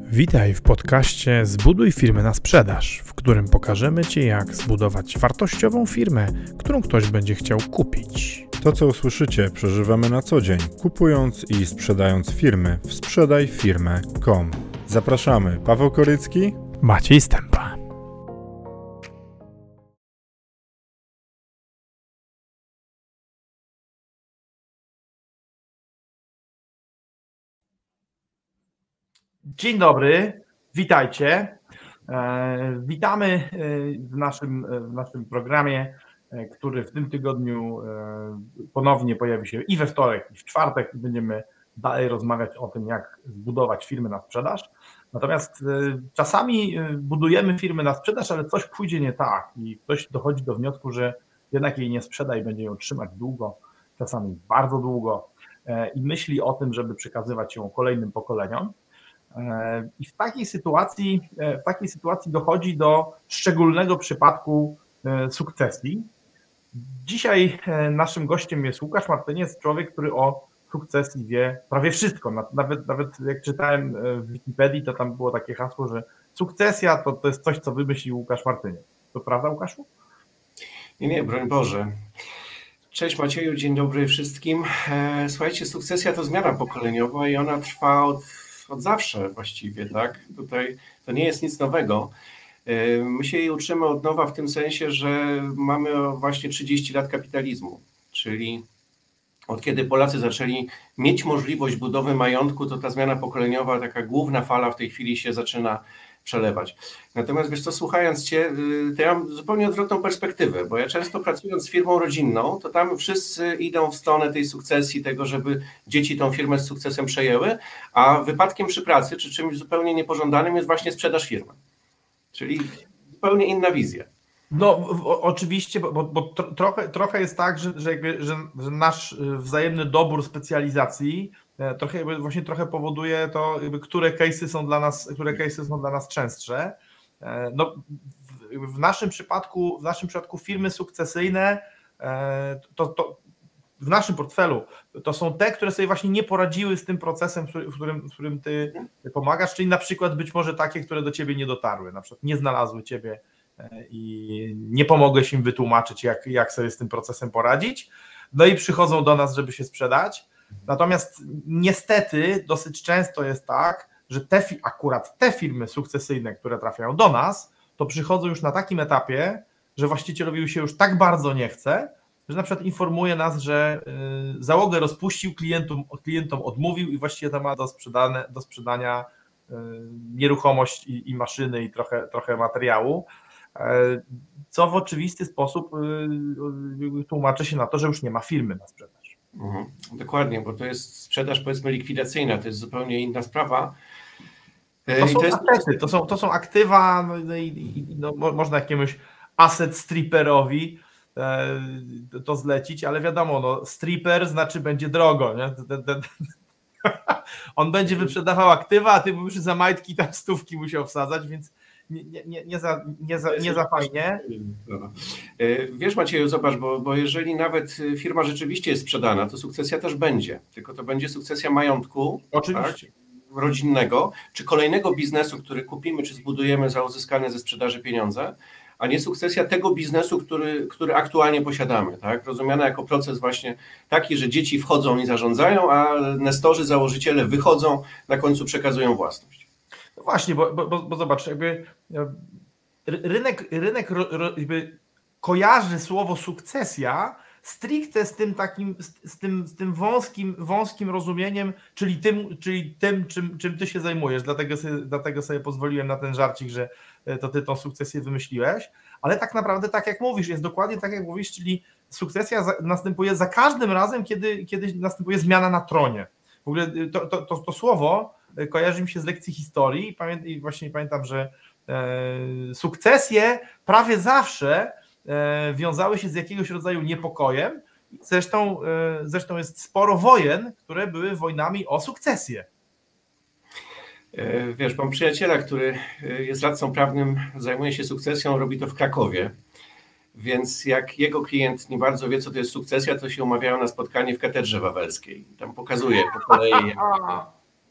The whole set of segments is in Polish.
Witaj w podcaście Zbuduj firmę na sprzedaż, w którym pokażemy Ci, jak zbudować wartościową firmę, którą ktoś będzie chciał kupić. To, co usłyszycie, przeżywamy na co dzień, kupując i sprzedając firmy w sprzedajfirmę.com. Zapraszamy, Paweł Korycki, Maciej Stępa. Dzień dobry, witajcie. Witamy w naszym programie, który w tym tygodniu ponownie pojawi się i we wtorek, i w czwartek. Będziemy dalej rozmawiać o tym, jak zbudować firmę na sprzedaż. Natomiast czasami budujemy firmę na sprzedaż, ale coś pójdzie nie tak i ktoś dochodzi do wniosku, że jednak jej nie sprzeda i będzie ją trzymać długo, czasami bardzo długo i myśli o tym, żeby przekazywać ją kolejnym pokoleniom. I w takiej sytuacji dochodzi do szczególnego przypadku sukcesji. Dzisiaj naszym gościem jest Łukasz Martyniec, człowiek, który o sukcesji wie prawie wszystko. Nawet jak czytałem w Wikipedii, to tam było takie hasło, że sukcesja to jest coś, co wymyślił Łukasz Martyniec. To prawda, Łukaszu? Nie, broń Boże. Cześć Macieju, dzień dobry wszystkim. Słuchajcie, sukcesja to zmiana pokoleniowa i ona trwa od zawsze właściwie, tak? Tutaj to nie jest nic nowego. My się jej uczymy od nowa w tym sensie, że mamy właśnie 30 lat kapitalizmu, czyli od kiedy Polacy zaczęli mieć możliwość budowy majątku, to ta zmiana pokoleniowa, taka główna fala w tej chwili się zaczyna przelewać. Natomiast wiesz co, słuchając Cię, to ja mam zupełnie odwrotną perspektywę, bo ja często pracując z firmą rodzinną, to tam wszyscy idą w stronę tej sukcesji, tego, żeby dzieci tą firmę z sukcesem przejęły, a wypadkiem przy pracy, czy czymś zupełnie niepożądanym jest właśnie sprzedaż firmy. Czyli zupełnie inna wizja. No oczywiście, bo trochę jest tak, że nasz wzajemny dobór specjalizacji trochę powoduje to, które case'y są dla nas częstsze. No, w naszym przypadku firmy sukcesyjne w naszym portfelu to są te, które sobie właśnie nie poradziły z tym procesem, w którym ty pomagasz, czyli na przykład być może takie, które do ciebie nie dotarły, na przykład nie znalazły ciebie i nie pomogłeś im wytłumaczyć, jak sobie z tym procesem poradzić, no i przychodzą do nas, żeby się sprzedać. Natomiast niestety dosyć często jest tak, że akurat te firmy sukcesyjne, które trafiają do nas, to przychodzą już na takim etapie, że właścicielowi się już tak bardzo nie chce, że na przykład informuje nas, że załogę rozpuścił, klientom odmówił i właściwie to ma do sprzedania nieruchomość i maszyny i trochę materiału, co w oczywisty sposób tłumaczy się na to, że już nie ma firmy na sprzedaż. Dokładnie, bo to jest sprzedaż, powiedzmy, likwidacyjna, to jest zupełnie inna sprawa. To są aktywa, no, można jakiemuś asset stripperowi to zlecić, ale wiadomo, no, stripper znaczy będzie drogo, nie? On będzie wyprzedawał aktywa, a ty już za majtki tam stówki musiał wsadzać, więc nie za fajnie. Wiesz Macieju, zobacz, bo jeżeli nawet firma rzeczywiście jest sprzedana, to sukcesja też będzie, tylko to będzie sukcesja majątku. Oczywiście. Tak? Rodzinnego, czy kolejnego biznesu, który kupimy, czy zbudujemy za uzyskane ze sprzedaży pieniądze, a nie sukcesja tego biznesu, który aktualnie posiadamy, tak? Rozumiana jako proces właśnie taki, że dzieci wchodzą i zarządzają, a nestorzy, założyciele wychodzą, na końcu przekazują własność. No właśnie, bo zobacz, jakby rynek jakby kojarzy słowo sukcesja stricte z tym wąskim rozumieniem, czyli tym czym ty się zajmujesz, dlatego sobie pozwoliłem na ten żarcik, że to ty tą sukcesję wymyśliłeś, ale tak naprawdę tak jak mówisz, jest dokładnie tak jak mówisz, czyli sukcesja następuje za każdym razem, kiedy następuje zmiana na tronie. W ogóle to słowo kojarzy mi się z lekcji historii i właśnie pamiętam, że sukcesje prawie zawsze wiązały się z jakiegoś rodzaju niepokojem. Zresztą jest sporo wojen, które były wojnami o sukcesję. Wiesz, mam przyjaciela, który jest radcą prawnym, zajmuje się sukcesją, robi to w Krakowie. Więc jak jego klient nie bardzo wie, co to jest sukcesja, to się umawiają na spotkanie w katedrze wawelskiej. Tam pokazuje po kolei,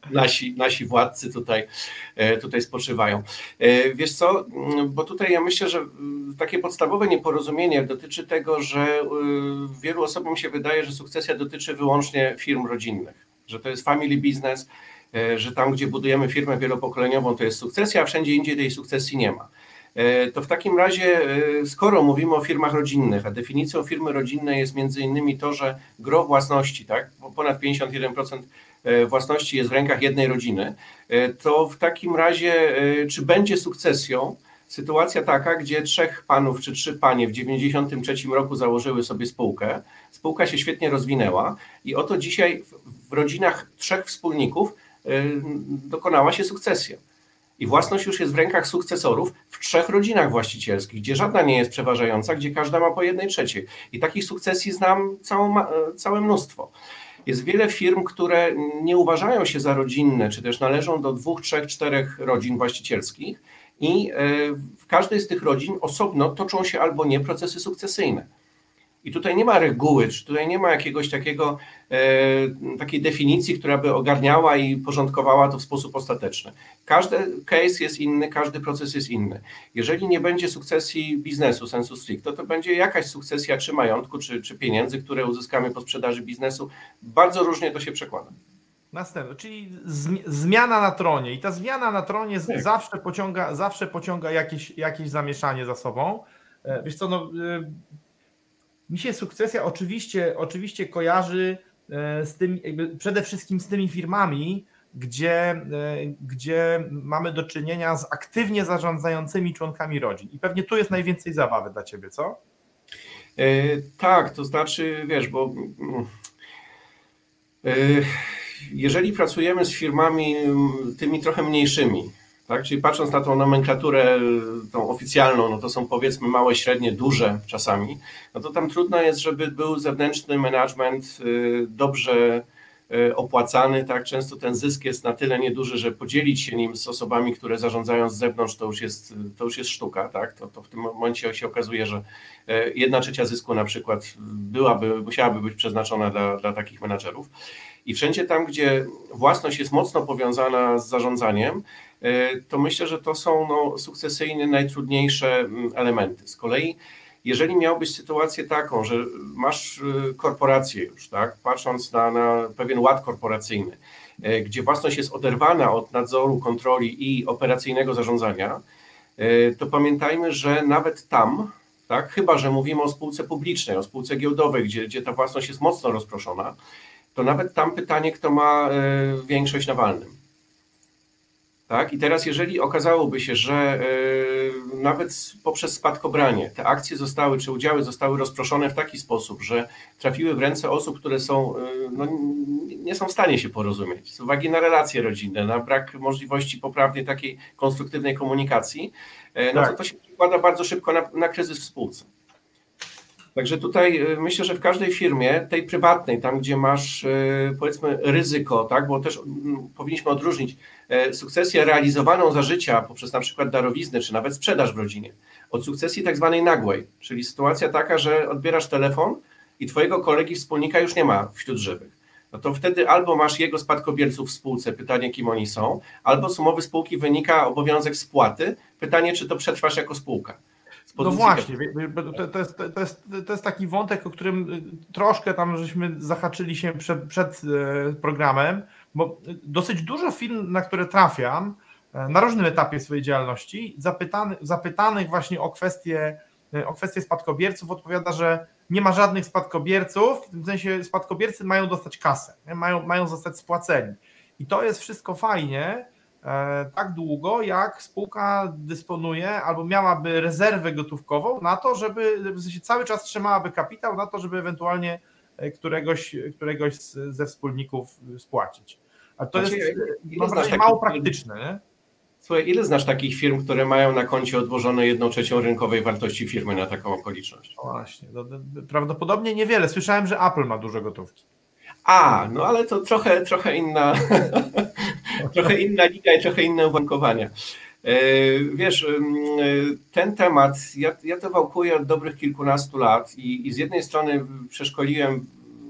nasi władcy tutaj spoczywają. Wiesz co, bo tutaj ja myślę, że takie podstawowe nieporozumienie dotyczy tego, że wielu osobom się wydaje, że sukcesja dotyczy wyłącznie firm rodzinnych, że to jest family business, że tam, gdzie budujemy firmę wielopokoleniową, to jest sukcesja, a wszędzie indziej tej sukcesji nie ma. To w takim razie, skoro mówimy o firmach rodzinnych, a definicją firmy rodzinnej jest między innymi to, że gros własności, tak, bo ponad 51% własności jest w rękach jednej rodziny, to w takim razie, czy będzie sukcesją sytuacja taka, gdzie 3 panów czy 3 panie w 1993 roku założyły sobie spółkę, spółka się świetnie rozwinęła i oto dzisiaj w rodzinach 3 wspólników dokonała się sukcesja. I własność już jest w rękach sukcesorów w 3 rodzinach właścicielskich, gdzie żadna nie jest przeważająca, gdzie każda ma po 1/3. I takich sukcesji znam całe mnóstwo. Jest wiele firm, które nie uważają się za rodzinne, czy też należą do 2, 3, 4 rodzin właścicielskich i w każdej z tych rodzin osobno toczą się albo nie procesy sukcesyjne. I tutaj nie ma reguły, czy tutaj nie ma jakiegoś takiej definicji, która by ogarniała i porządkowała to w sposób ostateczny. Każdy case jest inny, każdy proces jest inny. Jeżeli nie będzie sukcesji biznesu sensu stricto, to będzie jakaś sukcesja czy majątku, czy pieniędzy, które uzyskamy po sprzedaży biznesu. Bardzo różnie to się przekłada. Następne, czyli zmiana na tronie. I ta zmiana na tronie tak. zawsze pociąga jakieś zamieszanie za sobą. Wiesz co, no... Mi się sukcesja oczywiście kojarzy z tym, przede wszystkim z tymi firmami, gdzie mamy do czynienia z aktywnie zarządzającymi członkami rodzin. I pewnie tu jest najwięcej zabawy dla ciebie, co? Tak, to znaczy, wiesz, bo jeżeli pracujemy z firmami tymi trochę mniejszymi, tak? Czyli patrząc na tą nomenklaturę, tą oficjalną, no to są powiedzmy małe, średnie, duże czasami, no to tam trudno jest, żeby był zewnętrzny management dobrze opłacany, tak? Często ten zysk jest na tyle nieduży, że podzielić się nim z osobami, które zarządzają z zewnątrz, to już jest sztuka, tak? To w tym momencie się okazuje, że 1/3 zysku na przykład musiałaby być przeznaczona dla takich menadżerów. I wszędzie tam, gdzie własność jest mocno powiązana z zarządzaniem, to myślę, że to są sukcesyjnie najtrudniejsze elementy. Z kolei, jeżeli miałbyś sytuację taką, że masz korporację już, tak, patrząc na pewien ład korporacyjny, gdzie własność jest oderwana od nadzoru, kontroli i operacyjnego zarządzania, to pamiętajmy, że nawet tam, tak, chyba że mówimy o spółce publicznej, o spółce giełdowej, gdzie ta własność jest mocno rozproszona, to nawet tam pytanie, kto ma większość na walnym. Tak? I teraz jeżeli okazałoby się, że nawet poprzez spadkobranie te akcje czy udziały zostały rozproszone w taki sposób, że trafiły w ręce osób, które nie są w stanie się porozumieć z uwagi na relacje rodzinne, na brak możliwości poprawnej takiej konstruktywnej komunikacji, to się przekłada bardzo szybko na kryzys w spółce. Także tutaj myślę, że w każdej firmie, tej prywatnej, tam gdzie masz powiedzmy ryzyko, tak, bo też powinniśmy odróżnić sukcesję realizowaną za życia poprzez na przykład darowizny, czy nawet sprzedaż w rodzinie, od sukcesji tak zwanej nagłej, czyli sytuacja taka, że odbierasz telefon i twojego kolegi wspólnika już nie ma wśród żywych. No to wtedy albo masz jego spadkobierców w spółce, pytanie kim oni są, albo z umowy spółki wynika obowiązek spłaty, pytanie czy to przetrwasz jako spółka. No właśnie, to jest taki wątek, o którym troszkę tam żeśmy zahaczyli się przed programem, bo dosyć dużo firm, na które trafiam na różnym etapie swojej działalności, zapytanych właśnie o kwestie spadkobierców, odpowiada, że nie ma żadnych spadkobierców, w tym sensie spadkobiercy mają dostać kasę, mają zostać spłaceni. I to jest wszystko fajnie, tak długo, jak spółka dysponuje albo miałaby rezerwę gotówkową na to, żeby w sensie cały czas trzymałaby kapitał na to, żeby ewentualnie któregoś ze wspólników spłacić. A to jest mało praktyczne, nie? Słuchaj, ile znasz takich firm, które mają na koncie odłożone 1/3 rynkowej wartości firmy na taką okoliczność? Właśnie, prawdopodobnie niewiele. Słyszałem, że Apple ma dużo gotówki. No ale to trochę inna trochę inna liga i trochę inne uwarunkowania. Wiesz, ten temat, ja to wałkuję od dobrych kilkunastu lat i z jednej strony przeszkoliłem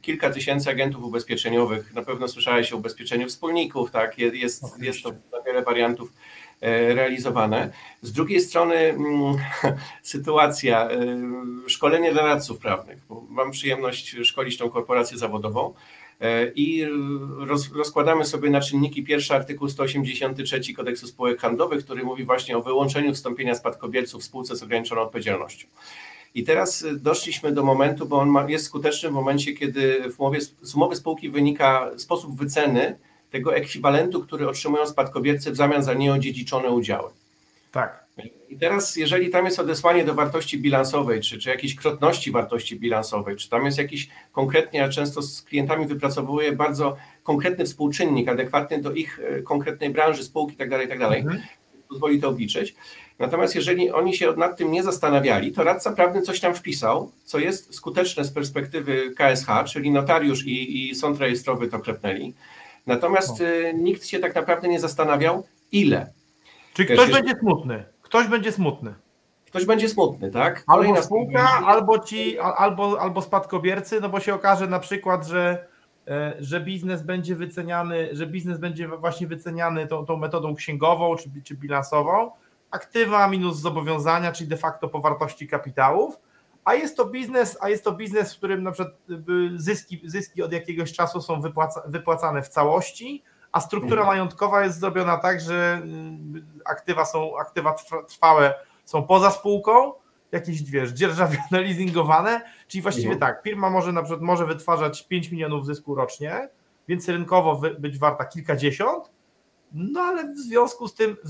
kilka tysięcy agentów ubezpieczeniowych. Na pewno słyszałeś o ubezpieczeniu wspólników, tak? Jest to na wiele wariantów realizowane. Z drugiej strony sytuacja, szkolenie doradców prawnych. Bo mam przyjemność szkolić tą korporację zawodową i rozkładamy sobie na czynniki. Pierwszy artykuł 183 Kodeksu Spółek Handlowych, który mówi właśnie o wyłączeniu wstąpienia spadkobierców w spółce z ograniczoną odpowiedzialnością. I teraz doszliśmy do momentu, bo on jest skuteczny w momencie, kiedy z umowy spółki wynika sposób wyceny tego ekwiwalentu, który otrzymują spadkobiercy w zamian za nieodziedziczone udziały. Tak. I teraz, jeżeli tam jest odesłanie do wartości bilansowej, czy jakiejś krotności wartości bilansowej, czy tam jest jakiś konkretnie, ja często z klientami wypracowuję bardzo konkretny współczynnik, adekwatny do ich konkretnej branży, spółki itd., pozwoli to obliczyć. Natomiast jeżeli oni się nad tym nie zastanawiali, to radca prawny coś tam wpisał, co jest skuteczne z perspektywy KSH, czyli notariusz i sąd rejestrowy to klepnęli. Natomiast nikt się tak naprawdę nie zastanawiał, ile. Czy ktoś będzie smutny? Ktoś będzie smutny. Ktoś będzie smutny, tak? Albo spółka, albo spadkobiercy, no bo się okaże na przykład, że biznes będzie właśnie wyceniany tą metodą księgową czy bilansową, aktywa minus zobowiązania, czyli de facto po wartości kapitałów, a jest to biznes, w którym na przykład zyski od jakiegoś czasu są wypłacane w całości, a struktura majątkowa jest zrobiona tak, że aktywa trwałe są poza spółką, jakieś dzierżawione, leasingowane, czyli właściwie tak, firma może wytwarzać 5 milionów zysku rocznie, więc rynkowo być warta kilkadziesiąt, no ale w związku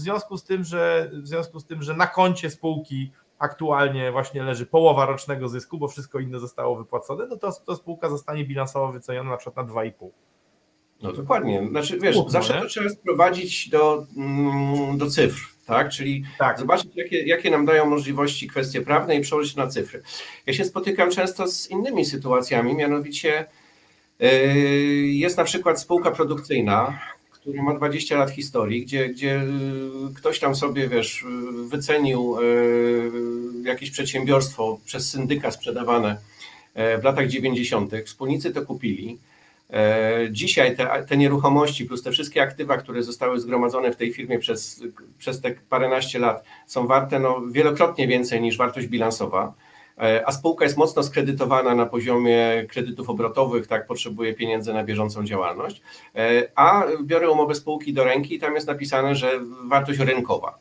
z tym, że na koncie spółki aktualnie właśnie leży połowa rocznego zysku, bo wszystko inne zostało wypłacone, no to spółka zostanie bilansowo wyceniona na przykład na 2,5. No dokładnie, znaczy wiesz, zawsze to trzeba sprowadzić do cyfr, tak? Czyli zobaczyć, jakie nam dają możliwości kwestie prawne i przełożyć na cyfry. Ja się spotykam często z innymi sytuacjami, mianowicie jest na przykład spółka produkcyjna, która ma 20 lat historii, gdzie ktoś tam sobie, wiesz, wycenił jakieś przedsiębiorstwo przez syndyka sprzedawane w latach 90. Wspólnicy to kupili. Dzisiaj te nieruchomości plus te wszystkie aktywa, które zostały zgromadzone w tej firmie przez te paręnaście lat są warte wielokrotnie więcej niż wartość bilansowa, a spółka jest mocno skredytowana na poziomie kredytów obrotowych, tak, potrzebuje pieniędzy na bieżącą działalność, a biorę umowę spółki do ręki i tam jest napisane, że wartość rynkowa.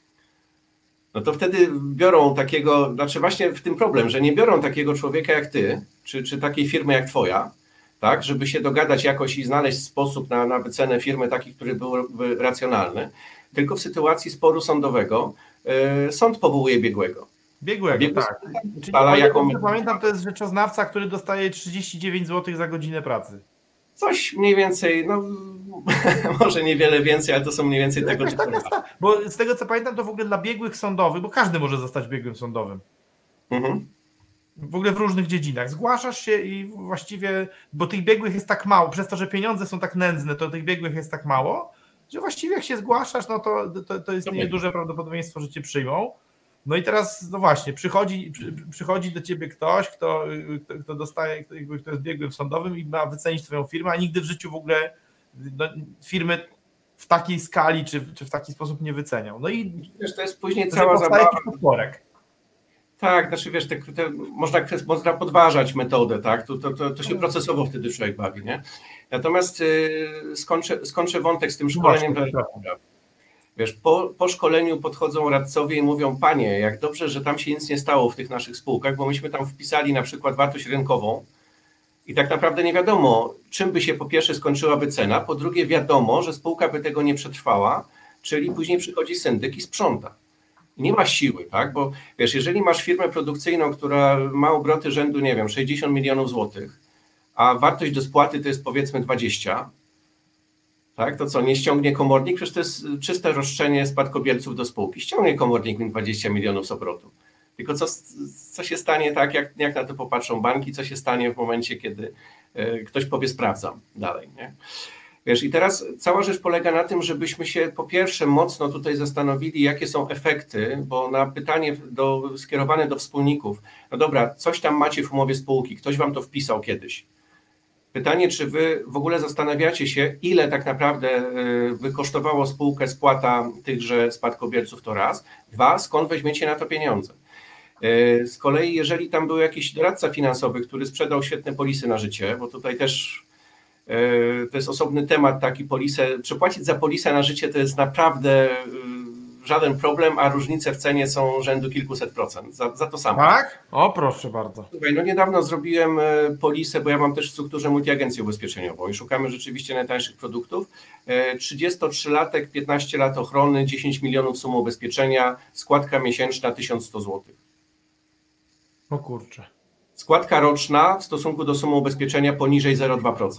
No to wtedy biorą takiego, znaczy właśnie w tym problem, że nie biorą takiego człowieka jak ty, czy takiej firmy jak twoja, tak, żeby się dogadać jakoś i znaleźć sposób na wycenę firmy taki, który byłby racjonalny, tylko w sytuacji sporu sądowego sąd powołuje biegłego. Tak. Pamiętam, to jest rzeczoznawca, który dostaje 39 zł za godzinę pracy. Coś mniej więcej, no może niewiele więcej, ale to są mniej więcej tego typu. Bo z tego co pamiętam, to w ogóle dla biegłych sądowych, bo każdy może zostać biegłym sądowym. W ogóle w różnych dziedzinach. Zgłaszasz się i właściwie, bo tych biegłych jest tak mało, przez to, że pieniądze są tak nędzne, to tych biegłych jest tak mało, że właściwie jak się zgłaszasz, no to jest nieduże prawdopodobieństwo, że cię przyjmą. No i teraz, no właśnie, przychodzi do ciebie ktoś, kto dostaje, kto jest biegłym sądowym i ma wycenić twoją firmę, a nigdy w życiu w ogóle firmy w takiej skali czy w taki sposób nie wyceniał. No i wiesz, to jest później cała zabawa. Tak, znaczy wiesz, można podważać metodę, tak? To się procesowo wtedy człowiek bawi, nie? Natomiast skończę wątek z tym szkoleniem. Wiesz, po szkoleniu podchodzą radcowie i mówią: panie, jak dobrze, że tam się nic nie stało w tych naszych spółkach, bo myśmy tam wpisali na przykład wartość rynkową i tak naprawdę nie wiadomo, czym by się po pierwsze skończyła wycena, po drugie wiadomo, że spółka by tego nie przetrwała, czyli później przychodzi syndyk i sprząta. I nie ma siły, tak? Bo wiesz, jeżeli masz firmę produkcyjną, która ma obroty rzędu, nie wiem, 60 milionów złotych, a wartość do spłaty to jest powiedzmy 20, tak? To co, nie ściągnie komornik? Przecież to jest czyste roszczenie spadkobierców do spółki. Ściągnie komornik mi 20 milionów z obrotu. Tylko co się stanie, tak, jak na to popatrzą banki, co się stanie w momencie, kiedy ktoś powie: sprawdzam dalej, nie? Wiesz, i teraz cała rzecz polega na tym, żebyśmy się po pierwsze mocno tutaj zastanowili, jakie są efekty, bo na pytanie skierowane do wspólników, no dobra, coś tam macie w umowie spółki, ktoś wam to wpisał kiedyś. Pytanie, czy wy w ogóle zastanawiacie się, ile tak naprawdę wykosztowało spółkę spłata tychże spadkobierców, to raz. Dwa, skąd weźmiecie na to pieniądze? Z kolei, jeżeli tam był jakiś doradca finansowy, który sprzedał świetne polisy na życie, bo tutaj też to jest osobny temat, taki polisę, przepłacić za polisę na życie to jest naprawdę żaden problem, a różnice w cenie są rzędu kilkuset procent za to samo. Tak? O, proszę bardzo. Słuchaj, no niedawno zrobiłem polisę, bo ja mam też w strukturze multiagencję ubezpieczeniową i szukamy rzeczywiście najtańszych produktów. 33-latek, 15 lat ochrony, 10 milionów sumy ubezpieczenia, składka miesięczna 1100 zł. O kurczę. Składka roczna w stosunku do sumy ubezpieczenia poniżej 0,2%.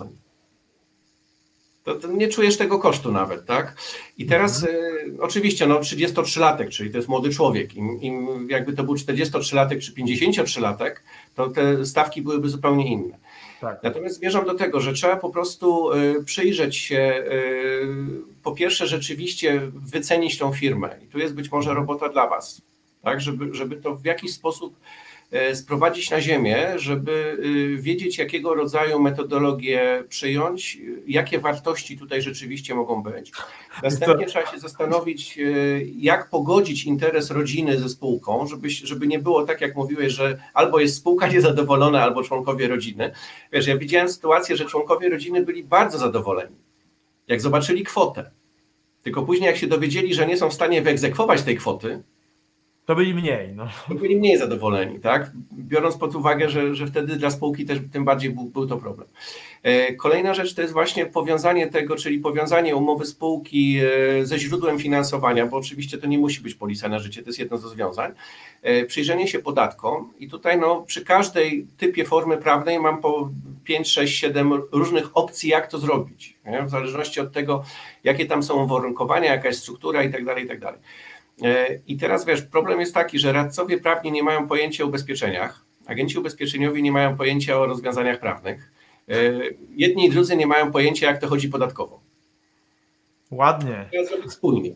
To nie czujesz tego kosztu nawet, tak? I teraz oczywiście 33-latek, czyli to jest młody człowiek, im jakby to był 43-latek czy 53-latek, to te stawki byłyby zupełnie inne. Tak. Natomiast zmierzam do tego, że trzeba po prostu przyjrzeć się, po pierwsze rzeczywiście wycenić tą firmę i tu jest być może robota dla was, tak? Żeby to w jakiś sposób sprowadzić na ziemię, żeby wiedzieć, jakiego rodzaju metodologię przyjąć, jakie wartości tutaj rzeczywiście mogą być. Następnie trzeba się zastanowić, jak pogodzić interes rodziny ze spółką, żeby nie było tak, jak mówiłeś, że albo jest spółka niezadowolona, albo członkowie rodziny. Wiesz, ja widziałem sytuację, że członkowie rodziny byli bardzo zadowoleni, jak zobaczyli kwotę. Tylko później, jak się dowiedzieli, że nie są w stanie wyegzekwować tej kwoty, To byli mniej. No. to byli mniej zadowoleni, tak? Biorąc pod uwagę, że wtedy dla spółki też tym bardziej był to problem. Kolejna rzecz to jest właśnie powiązanie tego, czyli powiązanie umowy spółki ze źródłem finansowania, bo oczywiście to nie musi być polisa na życie, to jest jedno z rozwiązań. Przyjrzenie się podatkom i tutaj przy każdej typie formy prawnej mam po 5, 6, 7 różnych opcji, jak to zrobić, nie? W zależności od tego, jakie tam są uwarunkowania, jaka jest struktura i tak dalej, i tak dalej. I teraz wiesz, problem jest taki, że radcowie prawni nie mają pojęcia o ubezpieczeniach, agenci ubezpieczeniowi nie mają pojęcia o rozwiązaniach prawnych, jedni i drudzy nie mają pojęcia, jak to chodzi podatkowo. Ładnie. Trzeba zrobić wspólnie.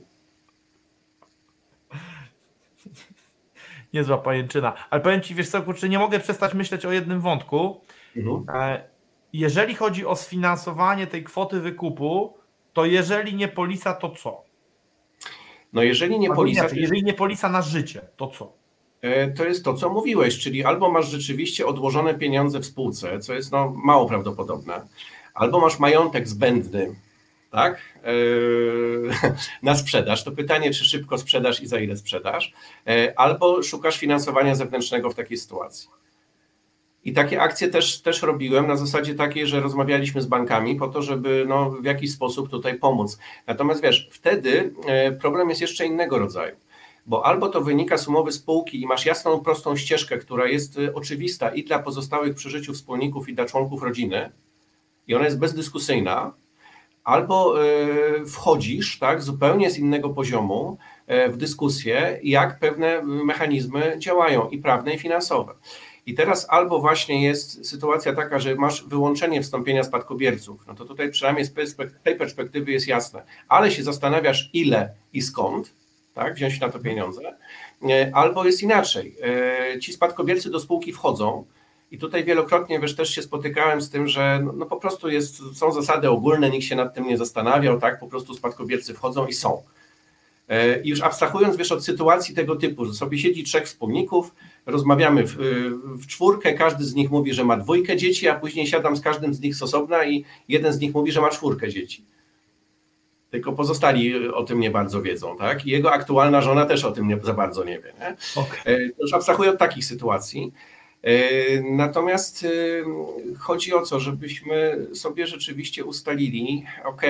Niezła pajęczyna. Ale powiem ci, wiesz co, kurczę, nie mogę przestać myśleć o jednym wątku. Jeżeli chodzi o sfinansowanie tej kwoty wykupu, to jeżeli nie polisa, to co? No jeżeli nie polisa, jeżeli nie polisa na życie, to co? To jest to, co mówiłeś, czyli albo masz rzeczywiście odłożone pieniądze w spółce, co jest mało prawdopodobne, albo masz majątek zbędny, tak, na sprzedaż. To pytanie, czy szybko sprzedasz i za ile sprzedasz, albo szukasz finansowania zewnętrznego w takiej sytuacji. I takie akcje też robiłem na zasadzie takiej, że rozmawialiśmy z bankami po to, żeby w jakiś sposób tutaj pomóc. Natomiast wiesz, wtedy problem jest jeszcze innego rodzaju, bo albo to wynika z umowy spółki i masz jasną, prostą ścieżkę, która jest oczywista i dla pozostałych przy życiu wspólników i dla członków rodziny i ona jest bezdyskusyjna, albo wchodzisz tak, zupełnie z innego poziomu w dyskusję, jak pewne mechanizmy działają i prawne, i finansowe. I teraz albo właśnie jest sytuacja taka, że masz wyłączenie wstąpienia spadkobierców, no to tutaj przynajmniej z tej perspektywy jest jasne, ale się zastanawiasz ile i skąd, tak, wziąć na to pieniądze, albo jest inaczej. Ci spadkobiercy do spółki wchodzą i tutaj wielokrotnie wiesz, też się spotykałem z tym, że po prostu są zasady ogólne, nikt się nad tym nie zastanawiał, tak, po prostu spadkobiercy wchodzą i są. I już abstrahując wiesz, od sytuacji tego typu, że sobie siedzi 3 wspólników, rozmawiamy w czwórkę, każdy z nich mówi, że ma 2 dzieci, a później siadam z każdym z nich z osobna i jeden z nich mówi, że ma 4 dzieci. Tylko pozostali o tym nie bardzo wiedzą, tak? I jego aktualna żona też o tym nie za bardzo nie wie. Nie? Okay. To już abstrahuję od takich sytuacji. Natomiast chodzi o to, żebyśmy sobie rzeczywiście ustalili,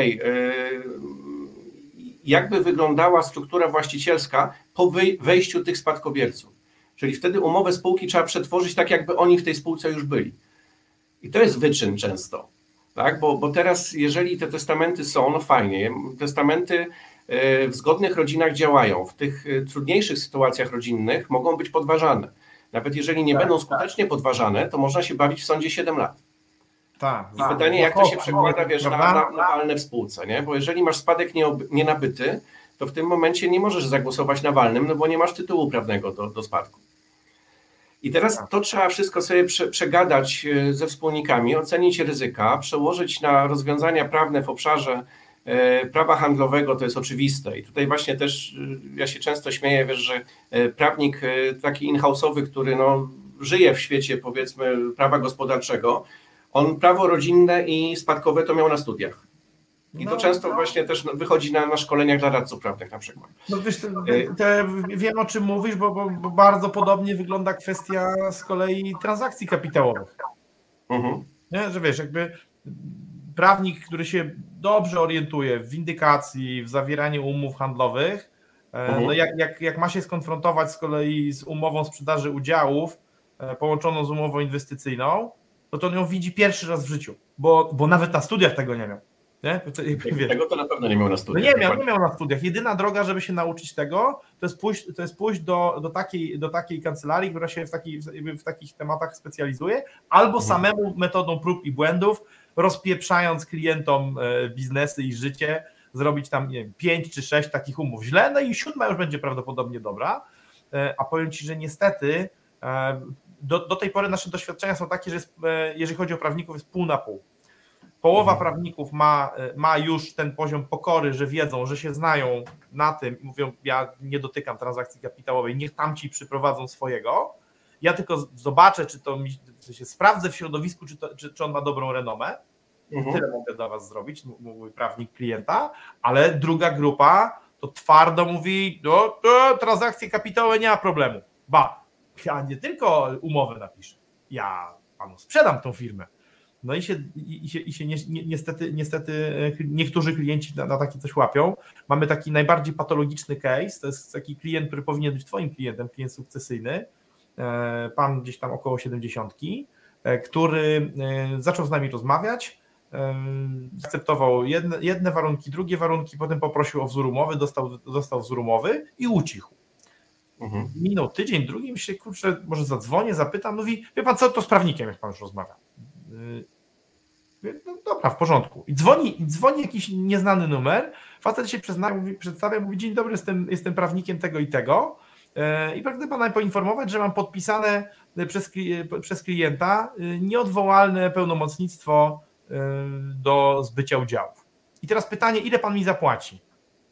jakby wyglądała struktura właścicielska po wejściu tych spadkobierców. Czyli wtedy umowę spółki trzeba przetworzyć tak, jakby oni w tej spółce już byli. I to jest wyczyn często. Tak? Bo teraz, jeżeli te testamenty są, fajnie, testamenty w zgodnych rodzinach działają. W tych trudniejszych sytuacjach rodzinnych mogą być podważane. Nawet jeżeli nie będą skutecznie podważane, to można się bawić w sądzie 7 lat. I pytanie, jak to się przekłada, wiesz, na walne w spółce, nie? Bo jeżeli masz spadek nienabyty, to w tym momencie nie możesz zagłosować na walnym, bo nie masz tytułu prawnego do spadku. I teraz to trzeba wszystko sobie przegadać ze wspólnikami, ocenić ryzyka, przełożyć na rozwiązania prawne w obszarze prawa handlowego, to jest oczywiste. I tutaj właśnie też ja się często śmieję, wiesz, że prawnik taki in-house'owy, który no, żyje w świecie, powiedzmy, prawa gospodarczego, on prawo rodzinne i spadkowe to miał na studiach. I to często właśnie też wychodzi na szkoleniach dla radców prawnych na przykład. No wiesz, wiem o czym mówisz, bo bardzo podobnie wygląda kwestia z kolei transakcji kapitałowych. Nie? Że wiesz, jakby prawnik, który się dobrze orientuje w windykacji, w zawieraniu umów handlowych, no jak ma się skonfrontować z kolei z umową sprzedaży udziałów połączoną z umową inwestycyjną, to on ją widzi pierwszy raz w życiu, bo nawet na studiach tego nie miał. Nie? Tego to na pewno nie miał na studiach. No nie miał na studiach. Jedyna droga, żeby się nauczyć tego, to jest pójść do takiej kancelarii, która się w takich tematach specjalizuje, albo samemu metodą prób i błędów, rozpieprzając klientom biznesy i życie, zrobić tam, nie wiem, 5 czy 6 takich umów źle, no i 7 już będzie prawdopodobnie dobra, a powiem Ci, że niestety do tej pory nasze doświadczenia są takie, że jeżeli chodzi o prawników, jest pół na pół. Połowa prawników ma już ten poziom pokory, że wiedzą, że się znają na tym, mówią, ja nie dotykam transakcji kapitałowej, niech tamci przyprowadzą swojego, ja tylko zobaczę, czy to się sprawdzę w środowisku, czy on ma dobrą renomę. Tyle mogę dla Was zrobić, mój prawnik klienta, ale druga grupa to twardo mówi, no transakcje kapitałowe nie ma problemu. Ja nie tylko umowę napiszę, ja panu sprzedam tą firmę. No i się niestety niektórzy klienci na takie coś łapią. Mamy taki najbardziej patologiczny case, to jest taki klient, który powinien być Twoim klientem, klient sukcesyjny, pan gdzieś tam około 70, który zaczął z nami rozmawiać, akceptował jedne warunki, drugie warunki, potem poprosił o wzór umowy, dostał wzór umowy i ucichł. Minął tydzień, drugi, myślę, kurczę, może zadzwonię, zapytam, mówi, wie pan co, to z prawnikiem, jak pan już rozmawia. No dobra, w porządku. I dzwoni jakiś nieznany numer, facet się przedstawia, mówi, dzień dobry, jestem prawnikiem tego i tego i pragnę pana poinformować, że mam podpisane przez klienta nieodwołalne pełnomocnictwo do zbycia udziałów. I teraz pytanie, ile pan mi zapłaci?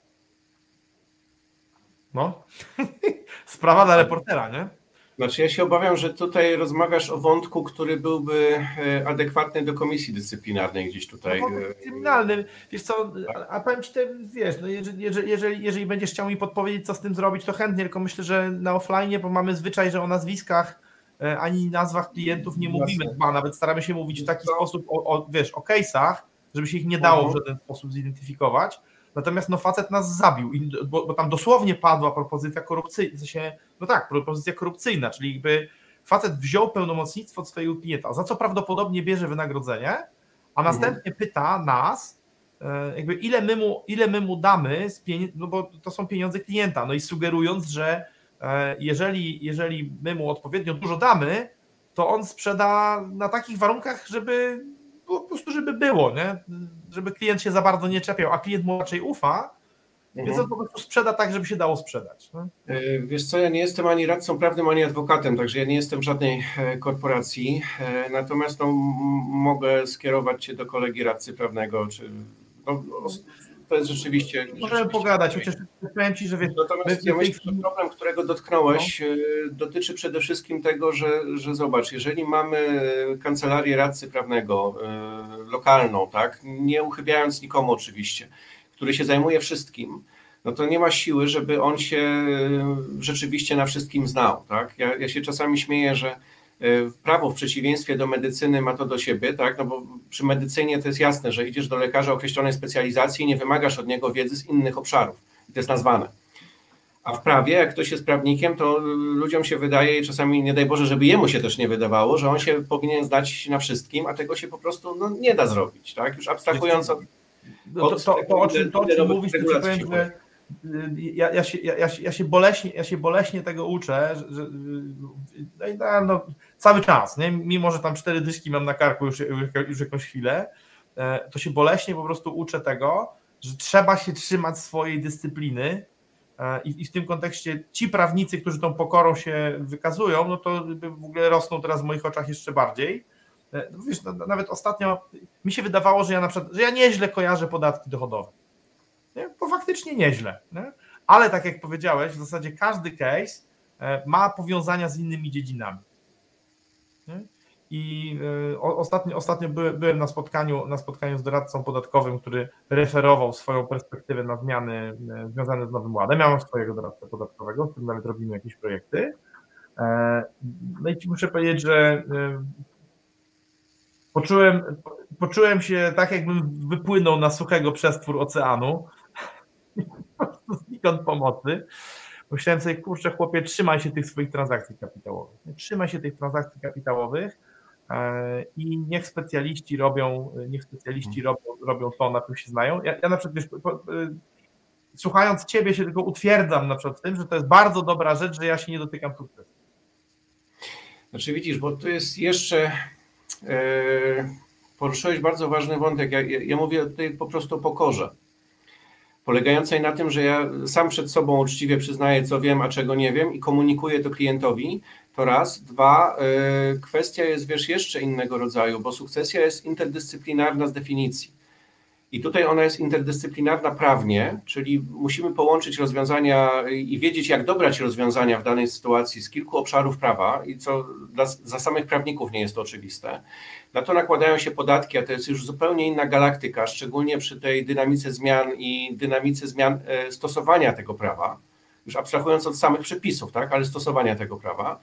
No, sprawa dla reportera, nie? Znaczy ja się obawiam, że tutaj rozmawiasz o wątku, który byłby adekwatny do komisji dyscyplinarnej gdzieś tutaj. Kryminalny. Wiesz co, a powiem Ci, wiesz, no jeżeli będziesz chciał mi podpowiedzieć, co z tym zrobić, to chętnie, tylko myślę, że na offline, bo mamy zwyczaj, że o nazwiskach ani nazwach klientów nie mówimy, nawet staramy się mówić w taki sposób o case'ach, żeby się ich nie dało w żaden sposób zidentyfikować. Natomiast no facet nas zabił, bo tam dosłownie padła propozycja korupcyjna, w sensie, no tak, propozycja korupcyjna, czyli jakby facet wziął pełnomocnictwo od swojego klienta, za co prawdopodobnie bierze wynagrodzenie, a następnie pyta nas, jakby ile my mu damy, no bo to są pieniądze klienta, no i sugerując, że jeżeli my mu odpowiednio dużo damy, to on sprzeda na takich warunkach, żeby po prostu, żeby było, nie? Żeby klient się za bardzo nie czepiał, a klient mu raczej ufa, więc on po prostu sprzeda tak, żeby się dało sprzedać. No? Wiesz co, ja nie jestem ani radcą prawnym, ani adwokatem, także ja nie jestem w żadnej korporacji, natomiast no, mogę skierować Cię do kolegi radcy prawnego, czy no, to jest rzeczywiście... Możemy pogadać, chociaż powiem Ci, że wiesz... Natomiast ja myślę, że problem, którego dotknąłeś, dotyczy przede wszystkim tego, że zobacz, jeżeli mamy kancelarię radcy prawnego lokalną, tak, nie uchybiając nikomu oczywiście, który się zajmuje wszystkim, no to nie ma siły, żeby on się rzeczywiście na wszystkim znał, tak? Ja się czasami śmieję, że prawo w przeciwieństwie do medycyny ma to do siebie, tak? No bo przy medycynie to jest jasne, że idziesz do lekarza określonej specjalizacji i nie wymagasz od niego wiedzy z innych obszarów. I to jest nazwane. A w prawie, jak ktoś jest prawnikiem, to ludziom się wydaje, i czasami nie daj Boże, żeby jemu się też nie wydawało, że on się powinien znać na wszystkim, a tego się po prostu no, nie da zrobić, tak? Już abstrahując od o czym mówisz, to ci powiem, że ja się boleśnie tego uczę, no, cały czas, nie? Mimo że tam 4 dyszki mam na karku już jakąś chwilę, to się boleśnie po prostu uczę tego, że trzeba się trzymać swojej dyscypliny, I w tym kontekście ci prawnicy, którzy tą pokorą się wykazują, no to w ogóle rosną teraz w moich oczach jeszcze bardziej. Wiesz, nawet ostatnio mi się wydawało, że ja nieźle kojarzę podatki dochodowe, nie? Bo faktycznie nieźle, nie? Ale tak jak powiedziałeś, w zasadzie każdy case ma powiązania z innymi dziedzinami. Nie? I ostatnio byłem na spotkaniu z doradcą podatkowym, który referował swoją perspektywę na zmiany związane z Nowym Ładem. Ja mam swojego doradcę podatkowego, z którym nawet robimy jakieś projekty. No i ci muszę powiedzieć, że poczułem się tak, jakbym wypłynął na suchego przestwór oceanu, znikąd pomocy. Myślałem sobie, kurczę, chłopie, trzymaj się tych swoich transakcji kapitałowych. Trzymaj się tych transakcji kapitałowych i niech specjaliści robią to, na czym się znają. Ja na przykład, wiesz, słuchając ciebie się tylko utwierdzam na przykład w tym, że to jest bardzo dobra rzecz, że ja się nie dotykam sukcesu. Znaczy widzisz, bo tu jest jeszcze, poruszyłeś bardzo ważny wątek. Ja mówię tutaj po prostu o pokorze, polegającej na tym, że ja sam przed sobą uczciwie przyznaję, co wiem, a czego nie wiem i komunikuję to klientowi, to raz. Dwa, kwestia jest, wiesz, jeszcze innego rodzaju, bo sukcesja jest interdyscyplinarna z definicji. I tutaj ona jest interdyscyplinarna prawnie, czyli musimy połączyć rozwiązania i wiedzieć, jak dobrać rozwiązania w danej sytuacji z kilku obszarów prawa i co dla samych prawników nie jest to oczywiste. Na to nakładają się podatki, a to jest już zupełnie inna galaktyka, szczególnie przy tej dynamice zmian i dynamice zmian stosowania tego prawa, już abstrahując od samych przepisów, tak, ale stosowania tego prawa.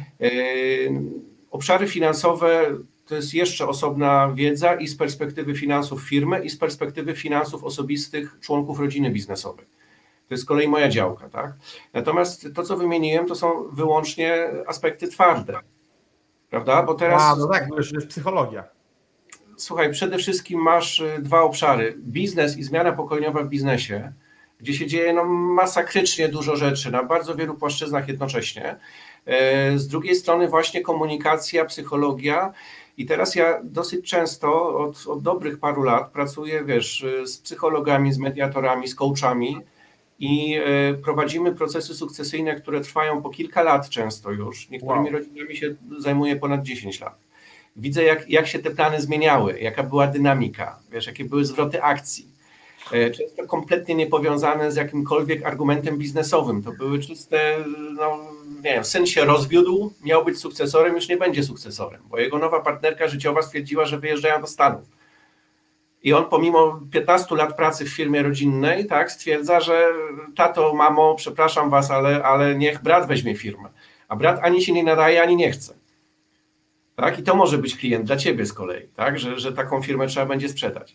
Obszary finansowe to jest jeszcze osobna wiedza i z perspektywy finansów firmy, i z perspektywy finansów osobistych członków rodziny biznesowej. To jest z kolei moja działka, tak? Natomiast to, co wymieniłem, to są wyłącznie aspekty twarde, prawda? Bo teraz... no tak, to już jest psychologia. Słuchaj, przede wszystkim masz dwa obszary. Biznes i zmiana pokoleniowa w biznesie, gdzie się dzieje masakrycznie dużo rzeczy na bardzo wielu płaszczyznach jednocześnie. Z drugiej strony właśnie komunikacja, psychologia. I teraz ja dosyć często od dobrych paru lat pracuję, wiesz, z psychologami, z mediatorami, z coachami i prowadzimy procesy sukcesyjne, które trwają po kilka lat często już. Niektórymi rodzinami się zajmuje ponad 10 lat. Widzę, jak się te plany zmieniały, jaka była dynamika, wiesz, jakie były zwroty akcji. Często kompletnie niepowiązane z jakimkolwiek argumentem biznesowym. To były czyste, nie wiem, syn się rozwiódł, miał być sukcesorem, już nie będzie sukcesorem, bo jego nowa partnerka życiowa stwierdziła, że wyjeżdżają do Stanów. I on pomimo 15 lat pracy w firmie rodzinnej, tak, stwierdza, że tato, mamo, przepraszam was, ale niech brat weźmie firmę. A brat ani się nie nadaje, ani nie chce. Tak? I to może być klient dla ciebie z kolei, tak? Że taką firmę trzeba będzie sprzedać.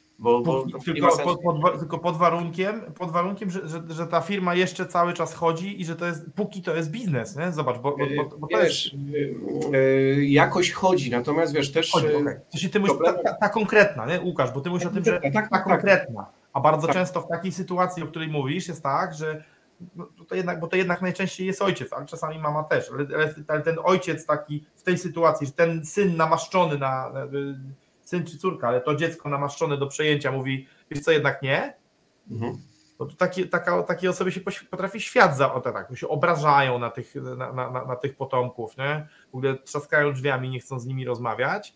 Tylko pod warunkiem, że ta firma jeszcze cały czas chodzi i że póki to jest biznes, nie? Zobacz, bo to wiesz, jest... Jakoś chodzi, natomiast wiesz, też... Chodzi, okay. Ty mówisz ta konkretna, nie, Łukasz, bo ty mówisz o tym, że ta konkretna, a bardzo często w takiej sytuacji, o której mówisz, jest tak, że bo to jednak najczęściej jest ojciec, ale czasami mama też, ale ten ojciec taki w tej sytuacji, że ten syn namaszczony syn czy córka, ale to dziecko namaszczone do przejęcia mówi, wiesz co, jednak nie, to takie osoby się potrafi świat się obrażają na tych potomków, nie? W ogóle trzaskają drzwiami, nie chcą z nimi rozmawiać.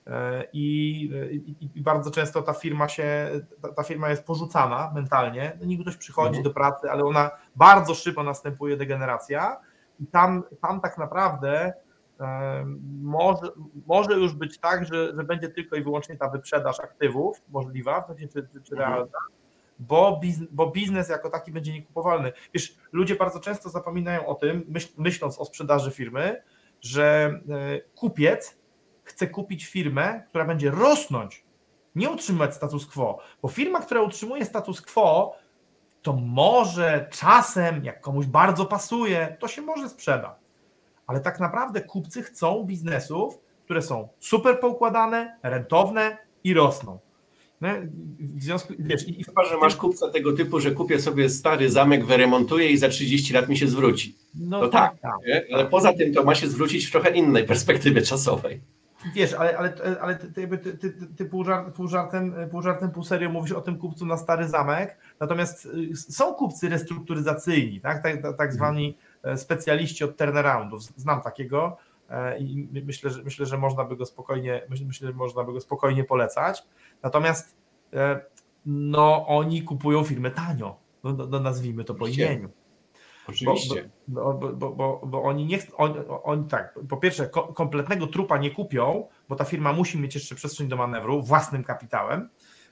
I bardzo często ta firma jest porzucana mentalnie. Niby ktoś przychodzi do pracy, ale ona bardzo szybko następuje degeneracja i tam tak naprawdę może już być tak, że będzie tylko i wyłącznie ta wyprzedaż aktywów możliwa, w sensie czy realna, bo biznes jako taki będzie niekupowalny. Wiesz, ludzie bardzo często zapominają o tym, myśląc o sprzedaży firmy, że kupiec chce kupić firmę, która będzie rosnąć, nie utrzymywać status quo, bo firma, która utrzymuje status quo, to może czasem, jak komuś bardzo pasuje, to się może sprzeda. Ale tak naprawdę kupcy chcą biznesów, które są super poukładane, rentowne i rosną. W związku, wiesz, chyba, że masz kupca tego typu, że kupię sobie stary zamek, wyremontuję i za 30 lat mi się zwróci. No to tak. Ale poza tym to ma się zwrócić w trochę innej perspektywie czasowej. Wiesz, ale ty pół żartem, pół serio mówisz o tym kupcu na Stary Zamek, natomiast są kupcy restrukturyzacyjni, tak zwani specjaliści od turnaroundów. Znam takiego i myślę, że można by go spokojnie polecać. Natomiast no, oni kupują firmę tanio, no, nazwijmy to po imieniu. Oczywiście. Bo oni nie chcą, oni tak, po pierwsze kompletnego trupa nie kupią, bo ta firma musi mieć jeszcze przestrzeń do manewru własnym kapitałem.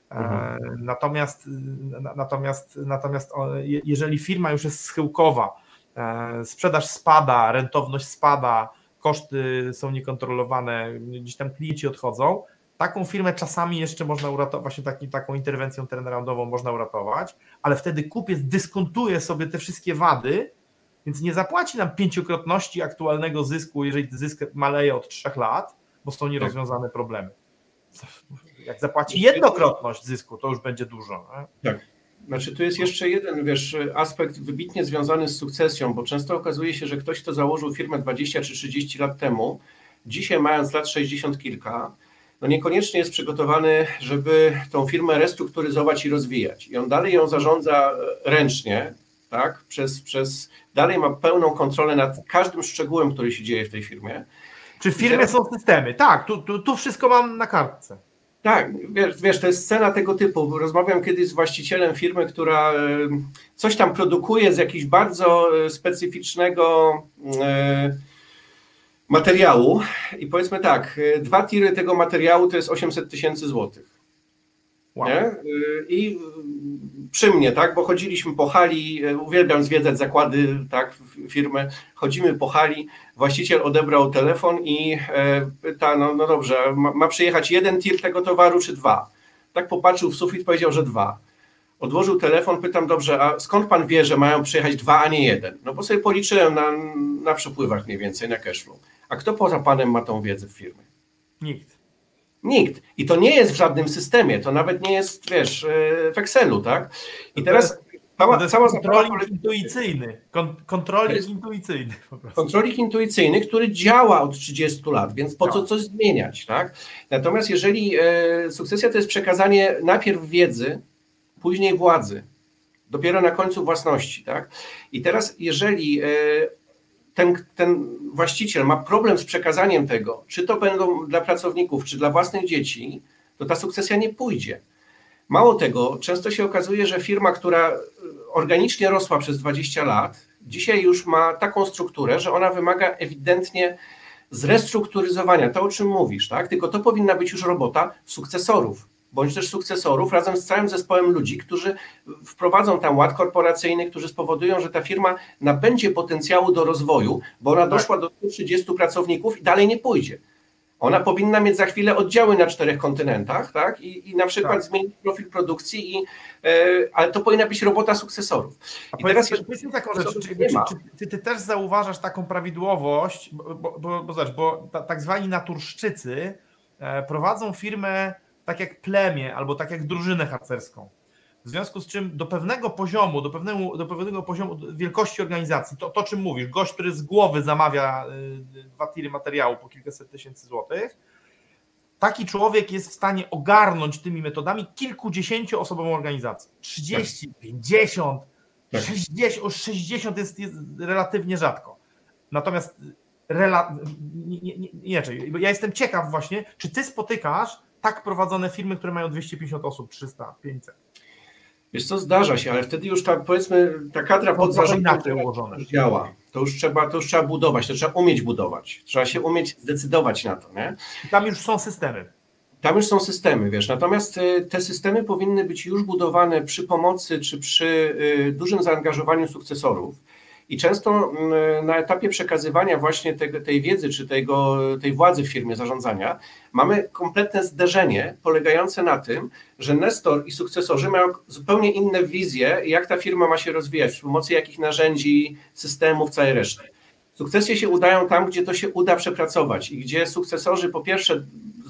Natomiast jeżeli firma już jest schyłkowa, sprzedaż spada, rentowność spada, koszty są niekontrolowane, gdzieś tam klienci odchodzą, taką firmę czasami jeszcze można uratować, właśnie taką interwencją turnaroundową można uratować, ale wtedy kupiec dyskontuje sobie te wszystkie wady, więc nie zapłaci nam 5-krotności aktualnego zysku, jeżeli zysk maleje od 3 lat, bo są nierozwiązane problemy. Jak zapłaci 1-krotność zysku, to już będzie dużo. Nie? Tak. Znaczy tu jest jeszcze jeden, aspekt wybitnie związany z sukcesją, bo często okazuje się, że ktoś, kto założył firmę 20 czy 30 lat temu, dzisiaj mając lat 60 kilka, no niekoniecznie jest przygotowany, żeby tą firmę restrukturyzować i rozwijać. I on dalej ją zarządza ręcznie, tak? Dalej ma pełną kontrolę nad każdym szczegółem, który się dzieje w tej firmie. Czy w firmie są systemy? Tak, tu wszystko mam na kartce. Tak, wiesz, to jest scena tego typu. Rozmawiam kiedyś z właścicielem firmy, która coś tam produkuje z jakiegoś bardzo specyficznego materiału i powiedzmy tak, 2 tiry tego materiału to jest 800 000 złotych. Wow. Nie? I przy mnie, tak, bo chodziliśmy po hali, uwielbiam zwiedzać zakłady, tak, firmy, chodzimy po hali, właściciel odebrał telefon i pyta, no dobrze, ma przyjechać 1 tir tego towaru czy 2? Tak popatrzył w sufit, powiedział, że 2. Odłożył telefon, pytam, dobrze, a skąd pan wie, że mają przyjechać 2, a nie 1? No bo sobie policzyłem na przepływach mniej więcej, na cashflow. A kto poza panem ma tą wiedzę w firmie? Nikt. I to nie jest w żadnym systemie, to nawet nie jest, w Excelu, tak? I teraz cała kontroling intuicyjny. Kontroling intuicyjny po prostu. Kontroling intuicyjny, który działa od 30 lat, więc po co coś zmieniać, tak? Natomiast jeżeli sukcesja to jest przekazanie najpierw wiedzy, później władzy, dopiero na końcu własności, tak? I teraz jeżeli ten właściciel ma problem z przekazaniem tego, czy to będą dla pracowników, czy dla własnych dzieci, to ta sukcesja nie pójdzie. Mało tego, często się okazuje, że firma, która organicznie rosła przez 20 lat, dzisiaj już ma taką strukturę, że ona wymaga ewidentnie zrestrukturyzowania, to o czym mówisz, tak? Tylko to powinna być już robota sukcesorów, bądź też sukcesorów razem z całym zespołem ludzi, którzy wprowadzą tam ład korporacyjny, którzy spowodują, że ta firma nabędzie potencjału do rozwoju, bo ona doszła do 130 pracowników i dalej nie pójdzie. Ona powinna mieć za chwilę oddziały na 4 kontynentach, tak? I na przykład zmienić profil produkcji, ale to powinna być robota sukcesorów. I teraz powiedzmy taką rzecz, czy ty też zauważasz taką prawidłowość, bo tak zwani naturszczycy prowadzą firmę tak jak plemię albo tak jak drużynę harcerską. W związku z czym do pewnego poziomu, do pewnego poziomu wielkości organizacji, to czym mówisz, gość, który z głowy zamawia 2 tiry materiału po kilkaset tysięcy złotych, taki człowiek jest w stanie ogarnąć tymi metodami kilkudziesięcioosobową organizację. 30, 50, 60 jest relatywnie rzadko. Natomiast inaczej, ja jestem ciekaw właśnie, czy ty spotykasz tak prowadzone firmy, które mają 250 osób, 300, 500. Wiesz co, zdarza się, ale wtedy już ta kadra pod zarządem działa. To już trzeba budować, to trzeba umieć budować. Trzeba się umieć zdecydować na to, nie? I tam już są systemy. Tam już są systemy, natomiast te systemy powinny być już budowane przy pomocy czy przy dużym zaangażowaniu sukcesorów. I często na etapie przekazywania właśnie tej wiedzy czy tej władzy w firmie zarządzania mamy kompletne zderzenie polegające na tym, że nestor i sukcesorzy mają zupełnie inne wizje, jak ta firma ma się rozwijać, przy pomocy jakich narzędzi, systemów, całej reszty. Sukcesje się udają tam, gdzie to się uda przepracować i gdzie sukcesorzy po pierwsze